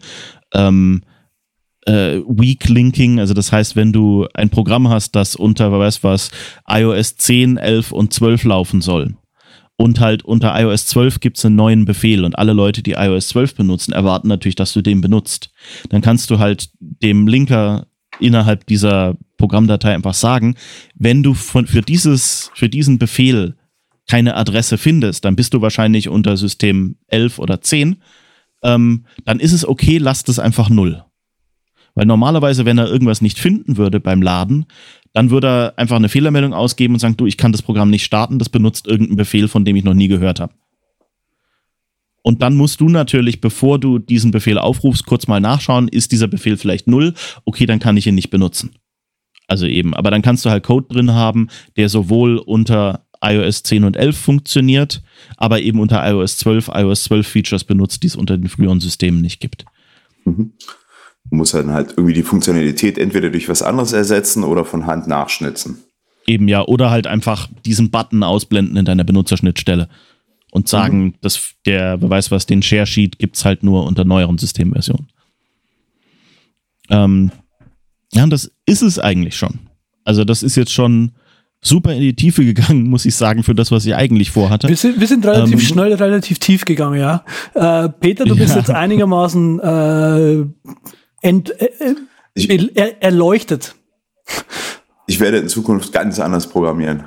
Weak Linking, also das heißt, wenn du ein Programm hast, das unter, wer weiß was, iOS 10, 11 und 12 laufen soll, und halt unter iOS 12 gibt es einen neuen Befehl und alle Leute, die iOS 12 benutzen, erwarten natürlich, dass du den benutzt. Dann kannst du halt dem Linker innerhalb dieser Programmdatei einfach sagen, wenn du für diesen Befehl keine Adresse findest, dann bist du wahrscheinlich unter System 11 oder 10, dann ist es okay, lass das einfach 0. Weil normalerweise, wenn er irgendwas nicht finden würde beim Laden, dann würde er einfach eine Fehlermeldung ausgeben und sagen, du, ich kann das Programm nicht starten, das benutzt irgendeinen Befehl, von dem ich noch nie gehört habe. Und dann musst du natürlich, bevor du diesen Befehl aufrufst, kurz mal nachschauen, ist dieser Befehl vielleicht 0? Okay, dann kann ich ihn nicht benutzen. Also eben, aber dann kannst du halt Code drin haben, der sowohl unter iOS 10 und 11 funktioniert, aber eben unter iOS 12 Features benutzt, die es unter den früheren Systemen nicht gibt. Mhm. Du musst dann halt irgendwie die Funktionalität entweder durch was anderes ersetzen oder von Hand nachschnitzen. Eben ja, oder halt einfach diesen Button ausblenden in deiner Benutzerschnittstelle und sagen, dass wer weiß was, den Share Sheet gibt es halt nur unter neueren Systemversionen. Ja, und das ist es eigentlich schon. Also das ist jetzt schon super in die Tiefe gegangen, muss ich sagen, für das, was ich eigentlich vorhatte. Wir sind relativ schnell, relativ tief gegangen, ja. Peter, du bist jetzt einigermaßen erleuchtet. Ich werde in Zukunft ganz anders programmieren.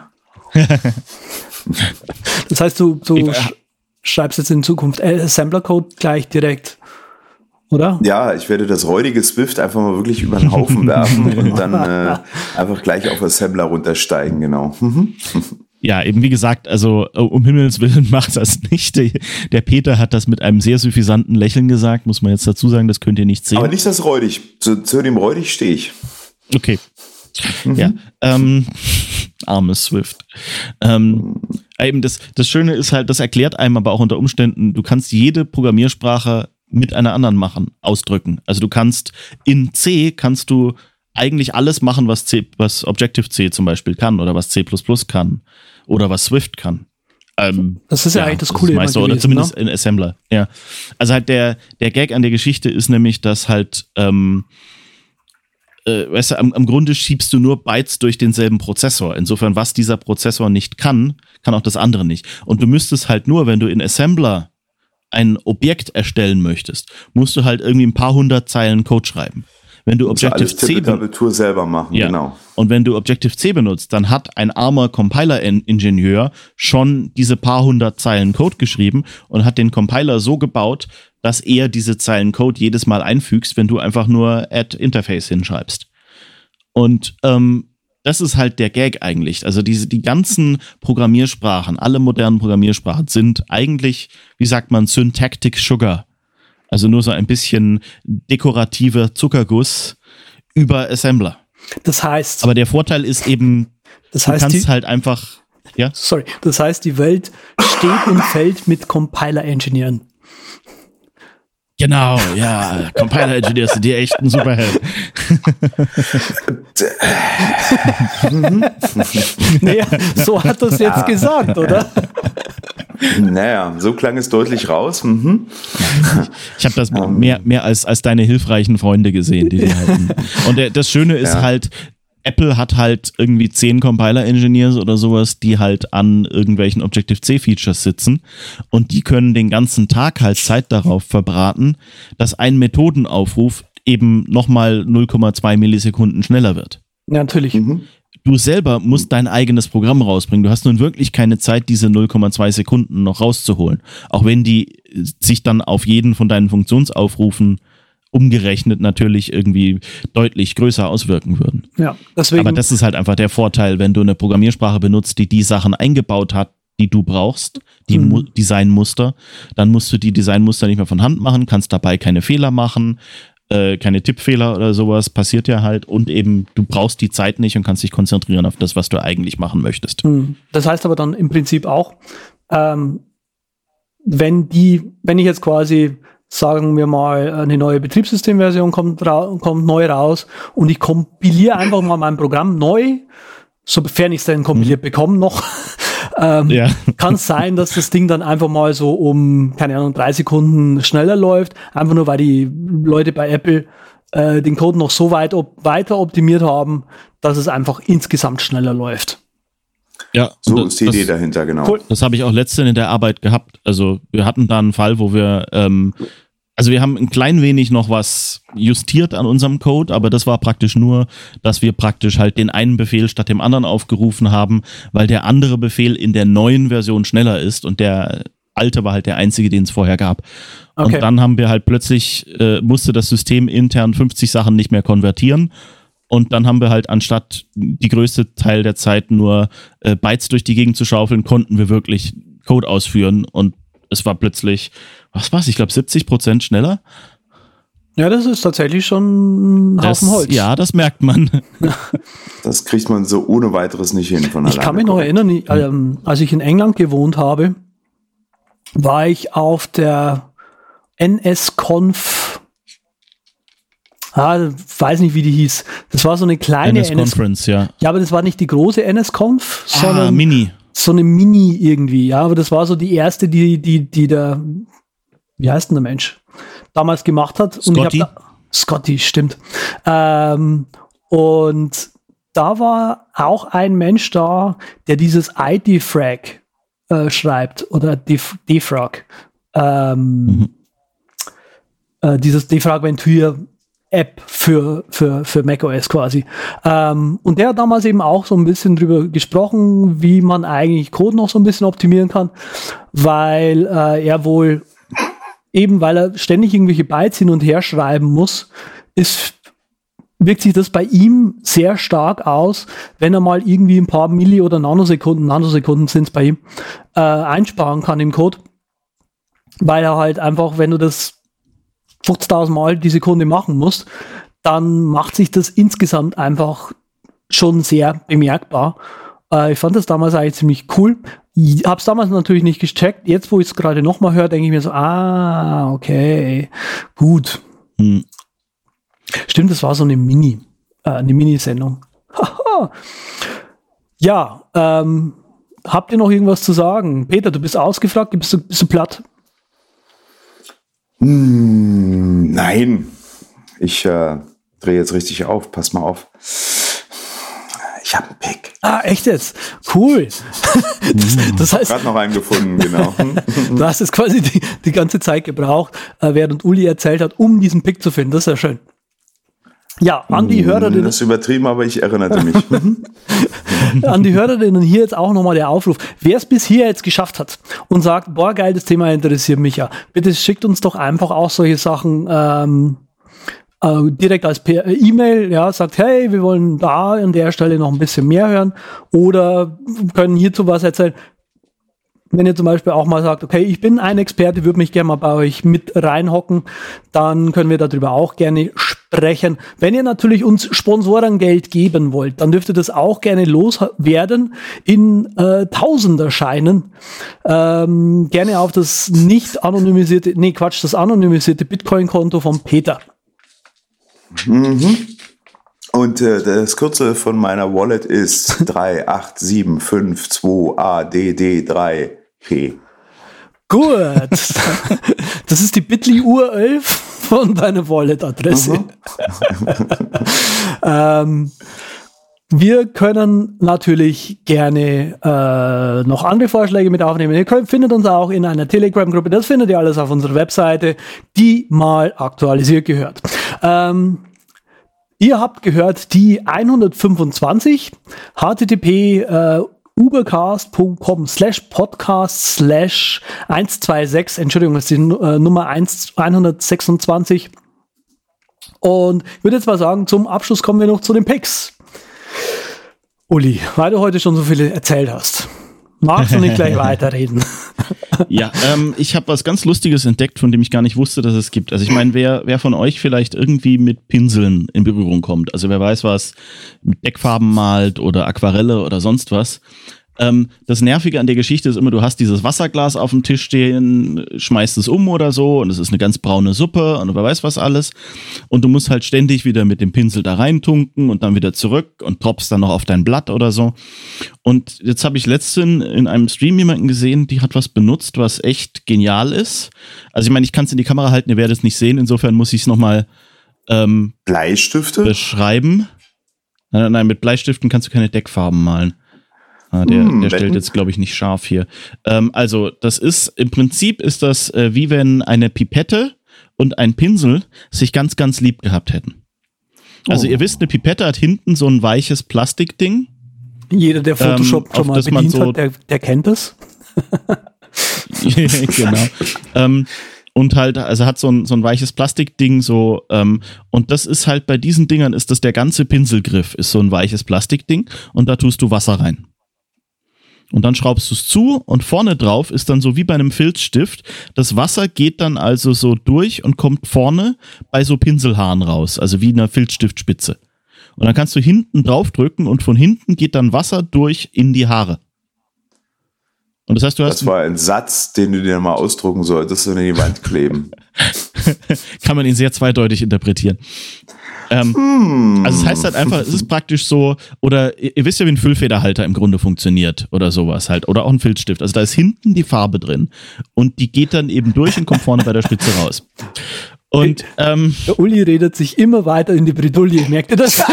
Das heißt, du schreibst jetzt in Zukunft Assembler-Code gleich direkt, oder? Ja, ich werde das räudige Swift einfach mal wirklich über den Haufen werfen und dann einfach gleich auf Assembler runtersteigen, genau. Ja, eben wie gesagt, also um Himmels Willen macht das nicht. Der Peter hat das mit einem sehr suffisanten Lächeln gesagt, muss man jetzt dazu sagen, das könnt ihr nicht sehen. Aber nicht das räudig, zu dem räudig stehe ich. Okay. Ja, armes Swift. Eben das Schöne ist halt, das erklärt einem aber auch unter Umständen, du kannst jede Programmiersprache mit einer anderen ausdrücken. Also du kannst in C kannst du eigentlich alles machen, was Objective-C zum Beispiel kann oder was C++ kann oder was Swift kann. Das ist ja eigentlich das Coole. Gewesen, oder zumindest in Assembler. Ja. Also halt der Gag an der Geschichte ist nämlich, dass halt weißt du, am Grunde schiebst du nur Bytes durch denselben Prozessor. Insofern, was dieser Prozessor nicht kann auch das andere nicht. Und du müsstest halt nur, wenn du in Assembler ein Objekt erstellen möchtest, musst du halt irgendwie ein paar hundert Zeilen Code schreiben. Wenn du Objective-C selber machen, ja. Genau. Und wenn du Objective-C benutzt, dann hat ein armer Compiler-Ingenieur schon diese paar hundert Zeilen Code geschrieben und hat den Compiler so gebaut, dass er diese Zeilen Code jedes Mal einfügst, wenn du einfach nur add Interface hinschreibst. Und das ist halt der Gag eigentlich. Also die ganzen Programmiersprachen, alle modernen Programmiersprachen sind eigentlich, wie sagt man, Syntactic Sugar. Also nur so ein bisschen dekorativer Zuckerguss über Assembler. Das heißt. Aber der Vorteil ist eben, du kannst halt einfach, ja? Sorry, das heißt, die Welt steht und fällt mit Compiler-Engineeren. Genau, ja, Compiler-Engineers sind die echten Superhelden. Naja, so hat das jetzt gesagt, oder? Naja, so klang es deutlich raus. Ich habe das mehr als deine hilfreichen Freunde gesehen, die halten. Und das Schöne ist halt, Apple hat halt irgendwie 10 Compiler-Engineers oder sowas, die halt an irgendwelchen Objective-C-Features sitzen und die können den ganzen Tag halt Zeit darauf verbraten, dass ein Methodenaufruf eben nochmal 0,2 Millisekunden schneller wird. Ja, natürlich. Du selber musst dein eigenes Programm rausbringen. Du hast nun wirklich keine Zeit, diese 0,2 Sekunden noch rauszuholen. Auch wenn die sich dann auf jeden von deinen Funktionsaufrufen umgerechnet natürlich irgendwie deutlich größer auswirken würden. Ja, deswegen. Aber das ist halt einfach der Vorteil, wenn du eine Programmiersprache benutzt, die Sachen eingebaut hat, die du brauchst, die Designmuster, dann musst du die Designmuster nicht mehr von Hand machen, kannst dabei keine Fehler machen, keine Tippfehler oder sowas, passiert ja halt und eben du brauchst die Zeit nicht und kannst dich konzentrieren auf das, was du eigentlich machen möchtest. Das heißt aber dann im Prinzip auch, wenn ich jetzt quasi, sagen wir mal, eine neue Betriebssystemversion kommt neu raus und ich kompiliere einfach mal mein Programm neu, sofern ich es denn kompiliert bekomme noch, kann es sein, dass das Ding dann einfach mal so um, keine Ahnung, 3 Sekunden schneller läuft, einfach nur weil die Leute bei Apple den Code noch so weiter optimiert haben, dass es einfach insgesamt schneller läuft. Ja, so ist die Idee dahinter, genau. Cool. Das habe ich auch letztens in der Arbeit gehabt. Also wir hatten da einen Fall, wo wir Also wir haben ein klein wenig noch was justiert an unserem Code, aber das war praktisch nur, dass wir praktisch halt den einen Befehl statt dem anderen aufgerufen haben, weil der andere Befehl in der neuen Version schneller ist und der alte war halt der einzige, den es vorher gab. Okay. Und dann haben wir halt plötzlich, musste das System intern 50 Sachen nicht mehr konvertieren. Und dann haben wir halt anstatt die größte Teil der Zeit nur Bytes durch die Gegend zu schaufeln, konnten wir wirklich Code ausführen. Und es war plötzlich, was war's? Ich glaube 70% schneller. Ja, das ist tatsächlich schon ein Haufen Holz. Ja, das merkt man. Das kriegt man so ohne weiteres nicht hin von alleine. Ich kann mich noch erinnern, als ich in England gewohnt habe, war ich auf der NSConf. Weiß nicht, wie die hieß. Das war so eine kleine NS-Conference, ja. Ja, aber das war nicht die große NSConf, sondern Mini. So eine Mini irgendwie. Ja, aber das war so die erste, die der, wie heißt denn der Mensch, damals gemacht hat. Scotty? Scotty, stimmt. Und da war auch ein Mensch da, der dieses IDFrag schreibt oder Defrag. Dieses Defragmentur-App für macOS quasi. Und der hat damals eben auch so ein bisschen drüber gesprochen, wie man eigentlich Code noch so ein bisschen optimieren kann, weil er wohl eben, weil er ständig irgendwelche Bytes hin und her schreiben muss, wirkt sich das bei ihm sehr stark aus, wenn er mal irgendwie ein paar Milli- oder Nanosekunden sind es bei ihm, einsparen kann im Code, weil er halt einfach, wenn du das 50.000 Mal die Sekunde machen musst, dann macht sich das insgesamt einfach schon sehr bemerkbar. Ich fand das damals eigentlich ziemlich cool. Ich habe es damals natürlich nicht gecheckt. Jetzt, wo ich es gerade nochmal höre, denke ich mir so, okay, gut. Stimmt, das war so eine Mini-Sendung. Ja, habt ihr noch irgendwas zu sagen? Peter, du bist ausgefragt, bist du platt? Nein, ich drehe jetzt richtig auf, pass mal auf. Ich habe einen Pick. Echt jetzt? Cool. Das heißt, gerade noch einen gefunden, genau. Du hast es quasi die ganze Zeit gebraucht, während Uli erzählt hat, um diesen Pick zu finden. Das ist ja schön. Ja, an die Hörerinnen. Das ist übertrieben, aber ich erinnerte mich. An die Hörerinnen hier jetzt auch nochmal der Aufruf. Wer es bis hier jetzt geschafft hat und sagt, boah, geil, das Thema interessiert mich ja, bitte schickt uns doch einfach auch solche Sachen direkt als E-Mail, ja, sagt, hey, wir wollen da an der Stelle noch ein bisschen mehr hören oder können hierzu was erzählen. Wenn ihr zum Beispiel auch mal sagt, okay, ich bin ein Experte, würde mich gerne mal bei euch mit reinhocken, dann können wir darüber auch gerne sprechen. Wenn ihr natürlich uns Sponsorengeld geben wollt, dann dürft ihr das auch gerne loswerden in Tausenderscheinen. Gerne auf das das anonymisierte Bitcoin-Konto von Peter. Und das Kürzel von meiner Wallet ist 38752ADD3P. Gut. Das ist die Bitly URL von deiner Wallet-Adresse. Wir können natürlich gerne noch andere Vorschläge mit aufnehmen. Ihr findet uns auch in einer Telegram-Gruppe. Das findet ihr alles auf unserer Webseite, die mal aktualisiert gehört. Ihr habt gehört die 125 http ubercast.com/podcast/126, Entschuldigung, das ist die Nummer 126. Und ich würde jetzt mal sagen, zum Abschluss kommen wir noch zu den Picks. Uli, weil du heute schon so viel erzählt hast, magst du nicht gleich weiterreden? Ja, ich habe was ganz Lustiges entdeckt, von dem ich gar nicht wusste, dass es gibt. Also ich meine, wer von euch vielleicht irgendwie mit Pinseln in Berührung kommt, also wer weiß was, mit Deckfarben malt oder Aquarelle oder sonst was. Das Nervige an der Geschichte ist immer, du hast dieses Wasserglas auf dem Tisch stehen, schmeißt es um oder so und es ist eine ganz braune Suppe und wer weiß was alles. Und du musst halt ständig wieder mit dem Pinsel da reintunken und dann wieder zurück und tropfst dann noch auf dein Blatt oder so. Und jetzt habe ich letztens in einem Stream jemanden gesehen, die hat was benutzt, was echt genial ist. Also ich meine, ich kann es in die Kamera halten, ihr werdet es nicht sehen, insofern muss ich es nochmal Bleistifte beschreiben. Nein, mit Bleistiften kannst du keine Deckfarben malen. Der stellt jetzt, glaube ich, nicht scharf hier. Also, das ist, im Prinzip ist das wie wenn eine Pipette und ein Pinsel sich ganz, ganz lieb gehabt hätten. Also ihr wisst, eine Pipette hat hinten so ein weiches Plastikding. Jeder, der Photoshop schon mal bedient hat, der kennt das. Genau. Und halt, also hat so ein weiches Plastikding so, und das ist halt bei diesen Dingern ist das der ganze Pinselgriff ist so ein weiches Plastikding und da tust du Wasser rein. Und dann schraubst du es zu und vorne drauf ist dann so wie bei einem Filzstift. Das Wasser geht dann also so durch und kommt vorne bei so Pinselhaaren raus, also wie einer Filzstiftspitze. Und dann kannst du hinten drauf drücken und von hinten geht dann Wasser durch in die Haare. Und das heißt, das war ein Satz, den du dir mal ausdrucken solltest und in die Wand kleben. Kann man ihn sehr zweideutig interpretieren. Also es heißt halt einfach, es ist praktisch so, oder ihr wisst ja, wie ein Füllfederhalter im Grunde funktioniert oder sowas halt, oder auch ein Filzstift. Also da ist hinten die Farbe drin und die geht dann eben durch und kommt vorne bei der Spitze raus. Und der Uli redet sich immer weiter in die Bredouille, merkt ihr das?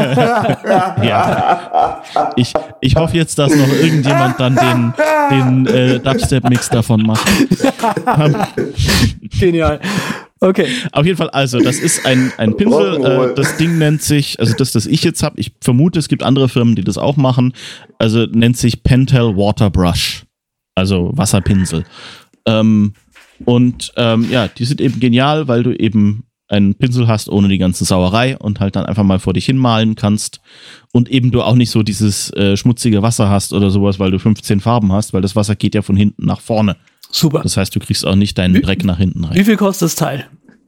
Ja. Ich hoffe jetzt, dass noch irgendjemand dann den Dubstep-Mix davon macht. Genial. Okay. Auf jeden Fall, also das ist ein Pinsel, das Ding nennt sich, also das ich jetzt habe, ich vermute, es gibt andere Firmen, die das auch machen, also nennt sich Pentel Water Brush, also Wasserpinsel. Die sind eben genial, weil du eben einen Pinsel hast ohne die ganze Sauerei und halt dann einfach mal vor dich hinmalen kannst und eben du auch nicht so dieses schmutzige Wasser hast oder sowas, weil du 15 Farben hast, weil das Wasser geht ja von hinten nach vorne. Super. Das heißt, du kriegst auch nicht deinen Dreck nach hinten rein. Wie viel kostet das Teil?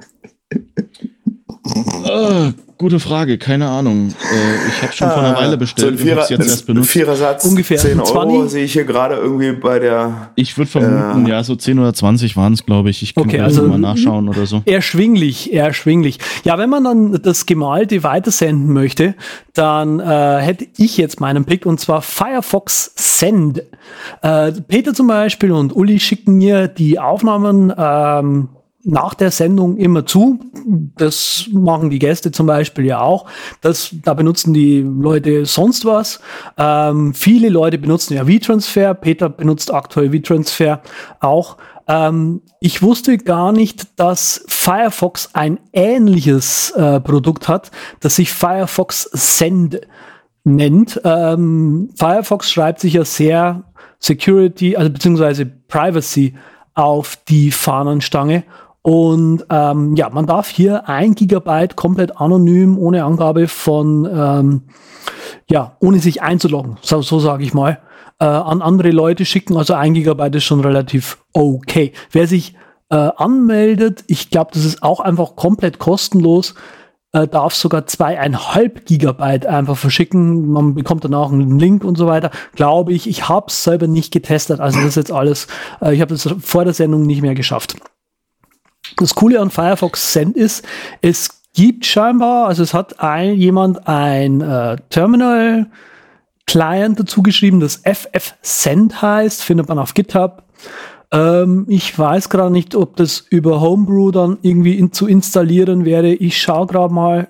Gute Frage, keine Ahnung. Ich habe schon vor einer Weile bestellt. So ein Vierersatz, ungefähr 10 Euro 20? sehe ich hier gerade irgendwie bei der... Ich würde vermuten, ja, so 10 oder 20 waren es, glaube ich. Ich kann also mal nachschauen oder so. Erschwinglich. Ja, wenn man dann das Gemalte weitersenden möchte, dann hätte ich jetzt meinen Pick, und zwar Firefox Send. Peter zum Beispiel und Uli schicken mir die Aufnahmen nach der Sendung immer zu. Das machen die Gäste zum Beispiel ja auch. Da benutzen die Leute sonst was. Viele Leute benutzen ja WeTransfer. Peter benutzt aktuell WeTransfer auch. Ich wusste gar nicht, dass Firefox ein ähnliches Produkt hat, das sich Firefox Send nennt. Firefox schreibt sich ja sehr Security, also beziehungsweise Privacy auf die Fahnenstange. Und man darf hier 1 Gigabyte komplett anonym, ohne Angabe von, ohne sich einzuloggen, so sage ich mal, an andere Leute schicken. Also 1 Gigabyte ist schon relativ okay. Wer sich anmeldet, ich glaube, das ist auch einfach komplett kostenlos, darf sogar 2,5 Gigabyte einfach verschicken. Man bekommt danach einen Link und so weiter. Glaube ich. Ich habe es selber nicht getestet. Also das ist jetzt alles, ich habe das vor der Sendung nicht mehr geschafft. Das Coole an Firefox Send ist, es gibt scheinbar, also es hat jemand ein Terminal-Client dazu geschrieben, das FF Send heißt, findet man auf GitHub. Ich weiß gerade nicht, ob das über Homebrew dann irgendwie zu installieren wäre. Ich schaue gerade mal.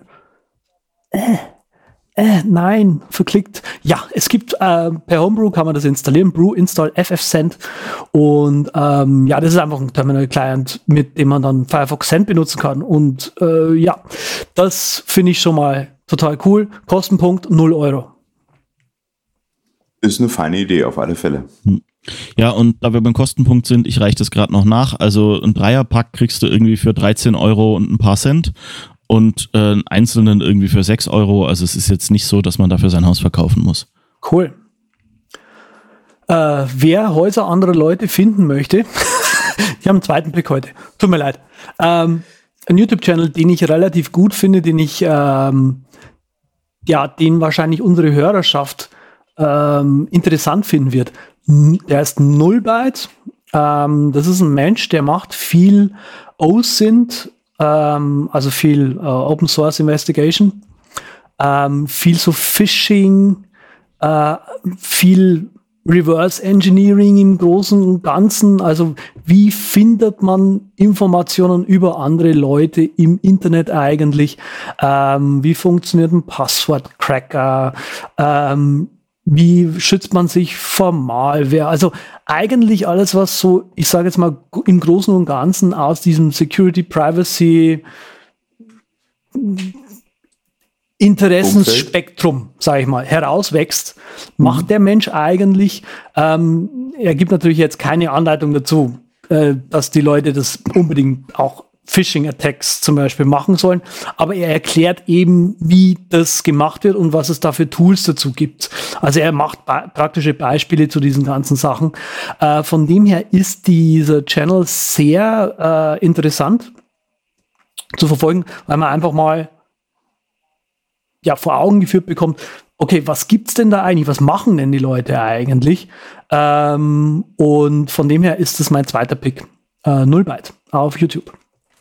Nein, verklickt. Ja, es gibt per Homebrew kann man das installieren. Brew install FFSend. Und das ist einfach ein Terminal-Client, mit dem man dann Firefox Send benutzen kann. Und das finde ich schon mal total cool. Kostenpunkt 0 Euro. Ist eine feine Idee auf alle Fälle. Ja, und da wir beim Kostenpunkt sind, ich reiche das gerade noch nach. Also ein Dreierpack kriegst du irgendwie für 13 Euro und ein paar Cent. Und einen einzelnen irgendwie für 6 Euro. Also es ist jetzt nicht so, dass man dafür sein Haus verkaufen muss. Cool. Wer Häuser anderer Leute finden möchte, ich habe einen zweiten Pick heute. Tut mir leid. Ein YouTube-Channel, den ich relativ gut finde, den wahrscheinlich unsere Hörerschaft interessant finden wird. Der ist Nullbyte. Das ist ein Mensch, der macht viel OSINT, also viel Open Source Investigation, viel so Phishing, viel Reverse Engineering im Großen und Ganzen. Also wie findet man Informationen über andere Leute im Internet eigentlich? Wie funktioniert ein Passwortcracker? Wie schützt man sich vor Malware? Also eigentlich alles, was so, ich sage jetzt mal, im Großen und Ganzen aus diesem Security, Privacy, Interessensspektrum, sage ich mal, herauswächst, macht der Mensch eigentlich. Er gibt natürlich jetzt keine Anleitung dazu, dass die Leute das unbedingt auch Phishing-Attacks zum Beispiel machen sollen, aber er erklärt eben, wie das gemacht wird und was es da für Tools dazu gibt. Also er macht praktische Beispiele zu diesen ganzen Sachen. Von dem her ist dieser Channel sehr interessant zu verfolgen, weil man einfach mal vor Augen geführt bekommt, okay, was gibt's denn da eigentlich? Was machen denn die Leute eigentlich? Und von dem her ist das mein zweiter Pick. Nullbyte auf YouTube.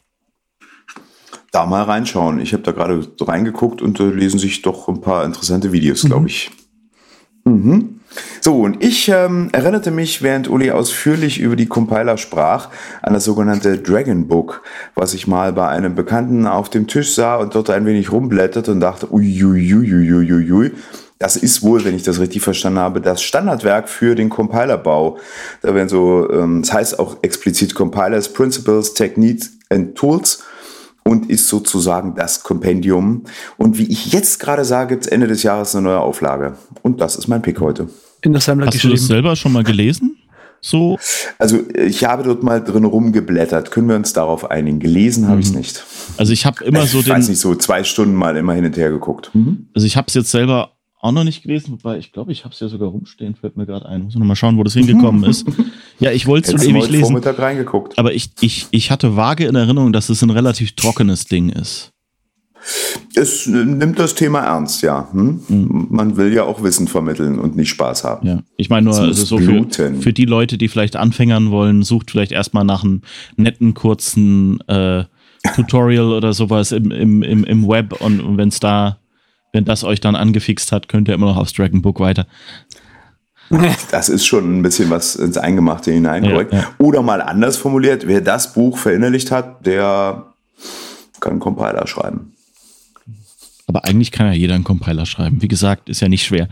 Da mal reinschauen. Ich habe da gerade reingeguckt und da lesen sich doch ein paar interessante Videos, glaube ich. So, und ich erinnerte mich, während Uli ausführlich über die Compiler sprach, an das sogenannte Dragon Book, was ich mal bei einem Bekannten auf dem Tisch sah und dort ein wenig rumblätterte und dachte, uiuiuiuiui. Das ist wohl, wenn ich das richtig verstanden habe, das Standardwerk für den Compilerbau. Da werden so, das heißt auch explizit Compilers, Principles, Techniques and Tools und ist sozusagen das Kompendium. Und wie ich jetzt gerade sage, gibt es Ende des Jahres eine neue Auflage. Und das ist mein Pick heute. In der Sammler Hast du das selber schon mal gelesen? So? Also ich habe dort mal drin rumgeblättert. Können wir uns darauf einigen? Gelesen habe ich es nicht. Also ich habe immer so ich weiß nicht, so 2 Stunden mal immer hin und her geguckt. Also ich habe es jetzt selber auch noch nicht gelesen, wobei ich glaube, ich habe es ja sogar rumstehen, fällt mir gerade ein. Muss noch mal schauen, wo das hingekommen ist. Ja, ich wollte es schon ewig lesen. Vormittag reingeguckt. Aber ich hatte vage in Erinnerung, dass es ein relativ trockenes Ding ist. Es nimmt das Thema ernst, ja. Man will ja auch Wissen vermitteln und nicht Spaß haben. Ja, ich meine nur, also so für die Leute, die vielleicht anfängern wollen, sucht vielleicht erstmal nach einem netten, kurzen Tutorial oder sowas im Web und wenn das euch dann angefixt hat, könnt ihr immer noch aufs Dragon Book weiter. Das ist schon ein bisschen was ins Eingemachte hineingerückt. Ja. Oder mal anders formuliert, wer das Buch verinnerlicht hat, der kann einen Compiler schreiben. Aber eigentlich kann ja jeder einen Compiler schreiben. Wie gesagt, ist ja nicht schwer.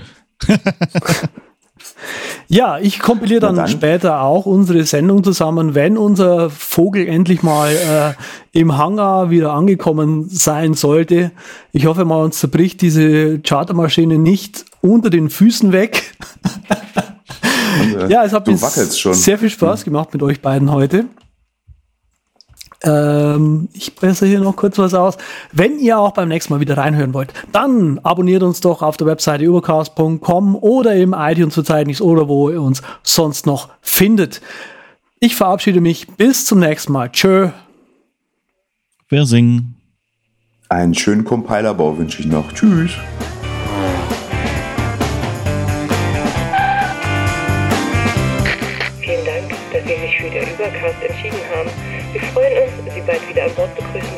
Ja, ich kompiliere dann später auch unsere Sendung zusammen, wenn unser Vogel endlich mal im Hangar wieder angekommen sein sollte. Ich hoffe mal, uns zerbricht diese Chartermaschine nicht unter den Füßen weg. Ja, es hat mir sehr viel Spaß gemacht mit euch beiden heute. Ich presse hier noch kurz was aus. Wenn ihr auch beim nächsten Mal wieder reinhören wollt, dann abonniert uns doch auf der Webseite übercast.com oder im iTunes-Verzeichnis oder wo ihr uns sonst noch findet. Ich verabschiede mich. Bis zum nächsten Mal. Tschö. Wer singen? Einen schönen Compilerbau wünsche ich noch. Tschüss. Vielen Dank, dass Sie sich für den Übercast entschieden haben. Wir freuen uns, Sie bald wieder an Bord begrüßen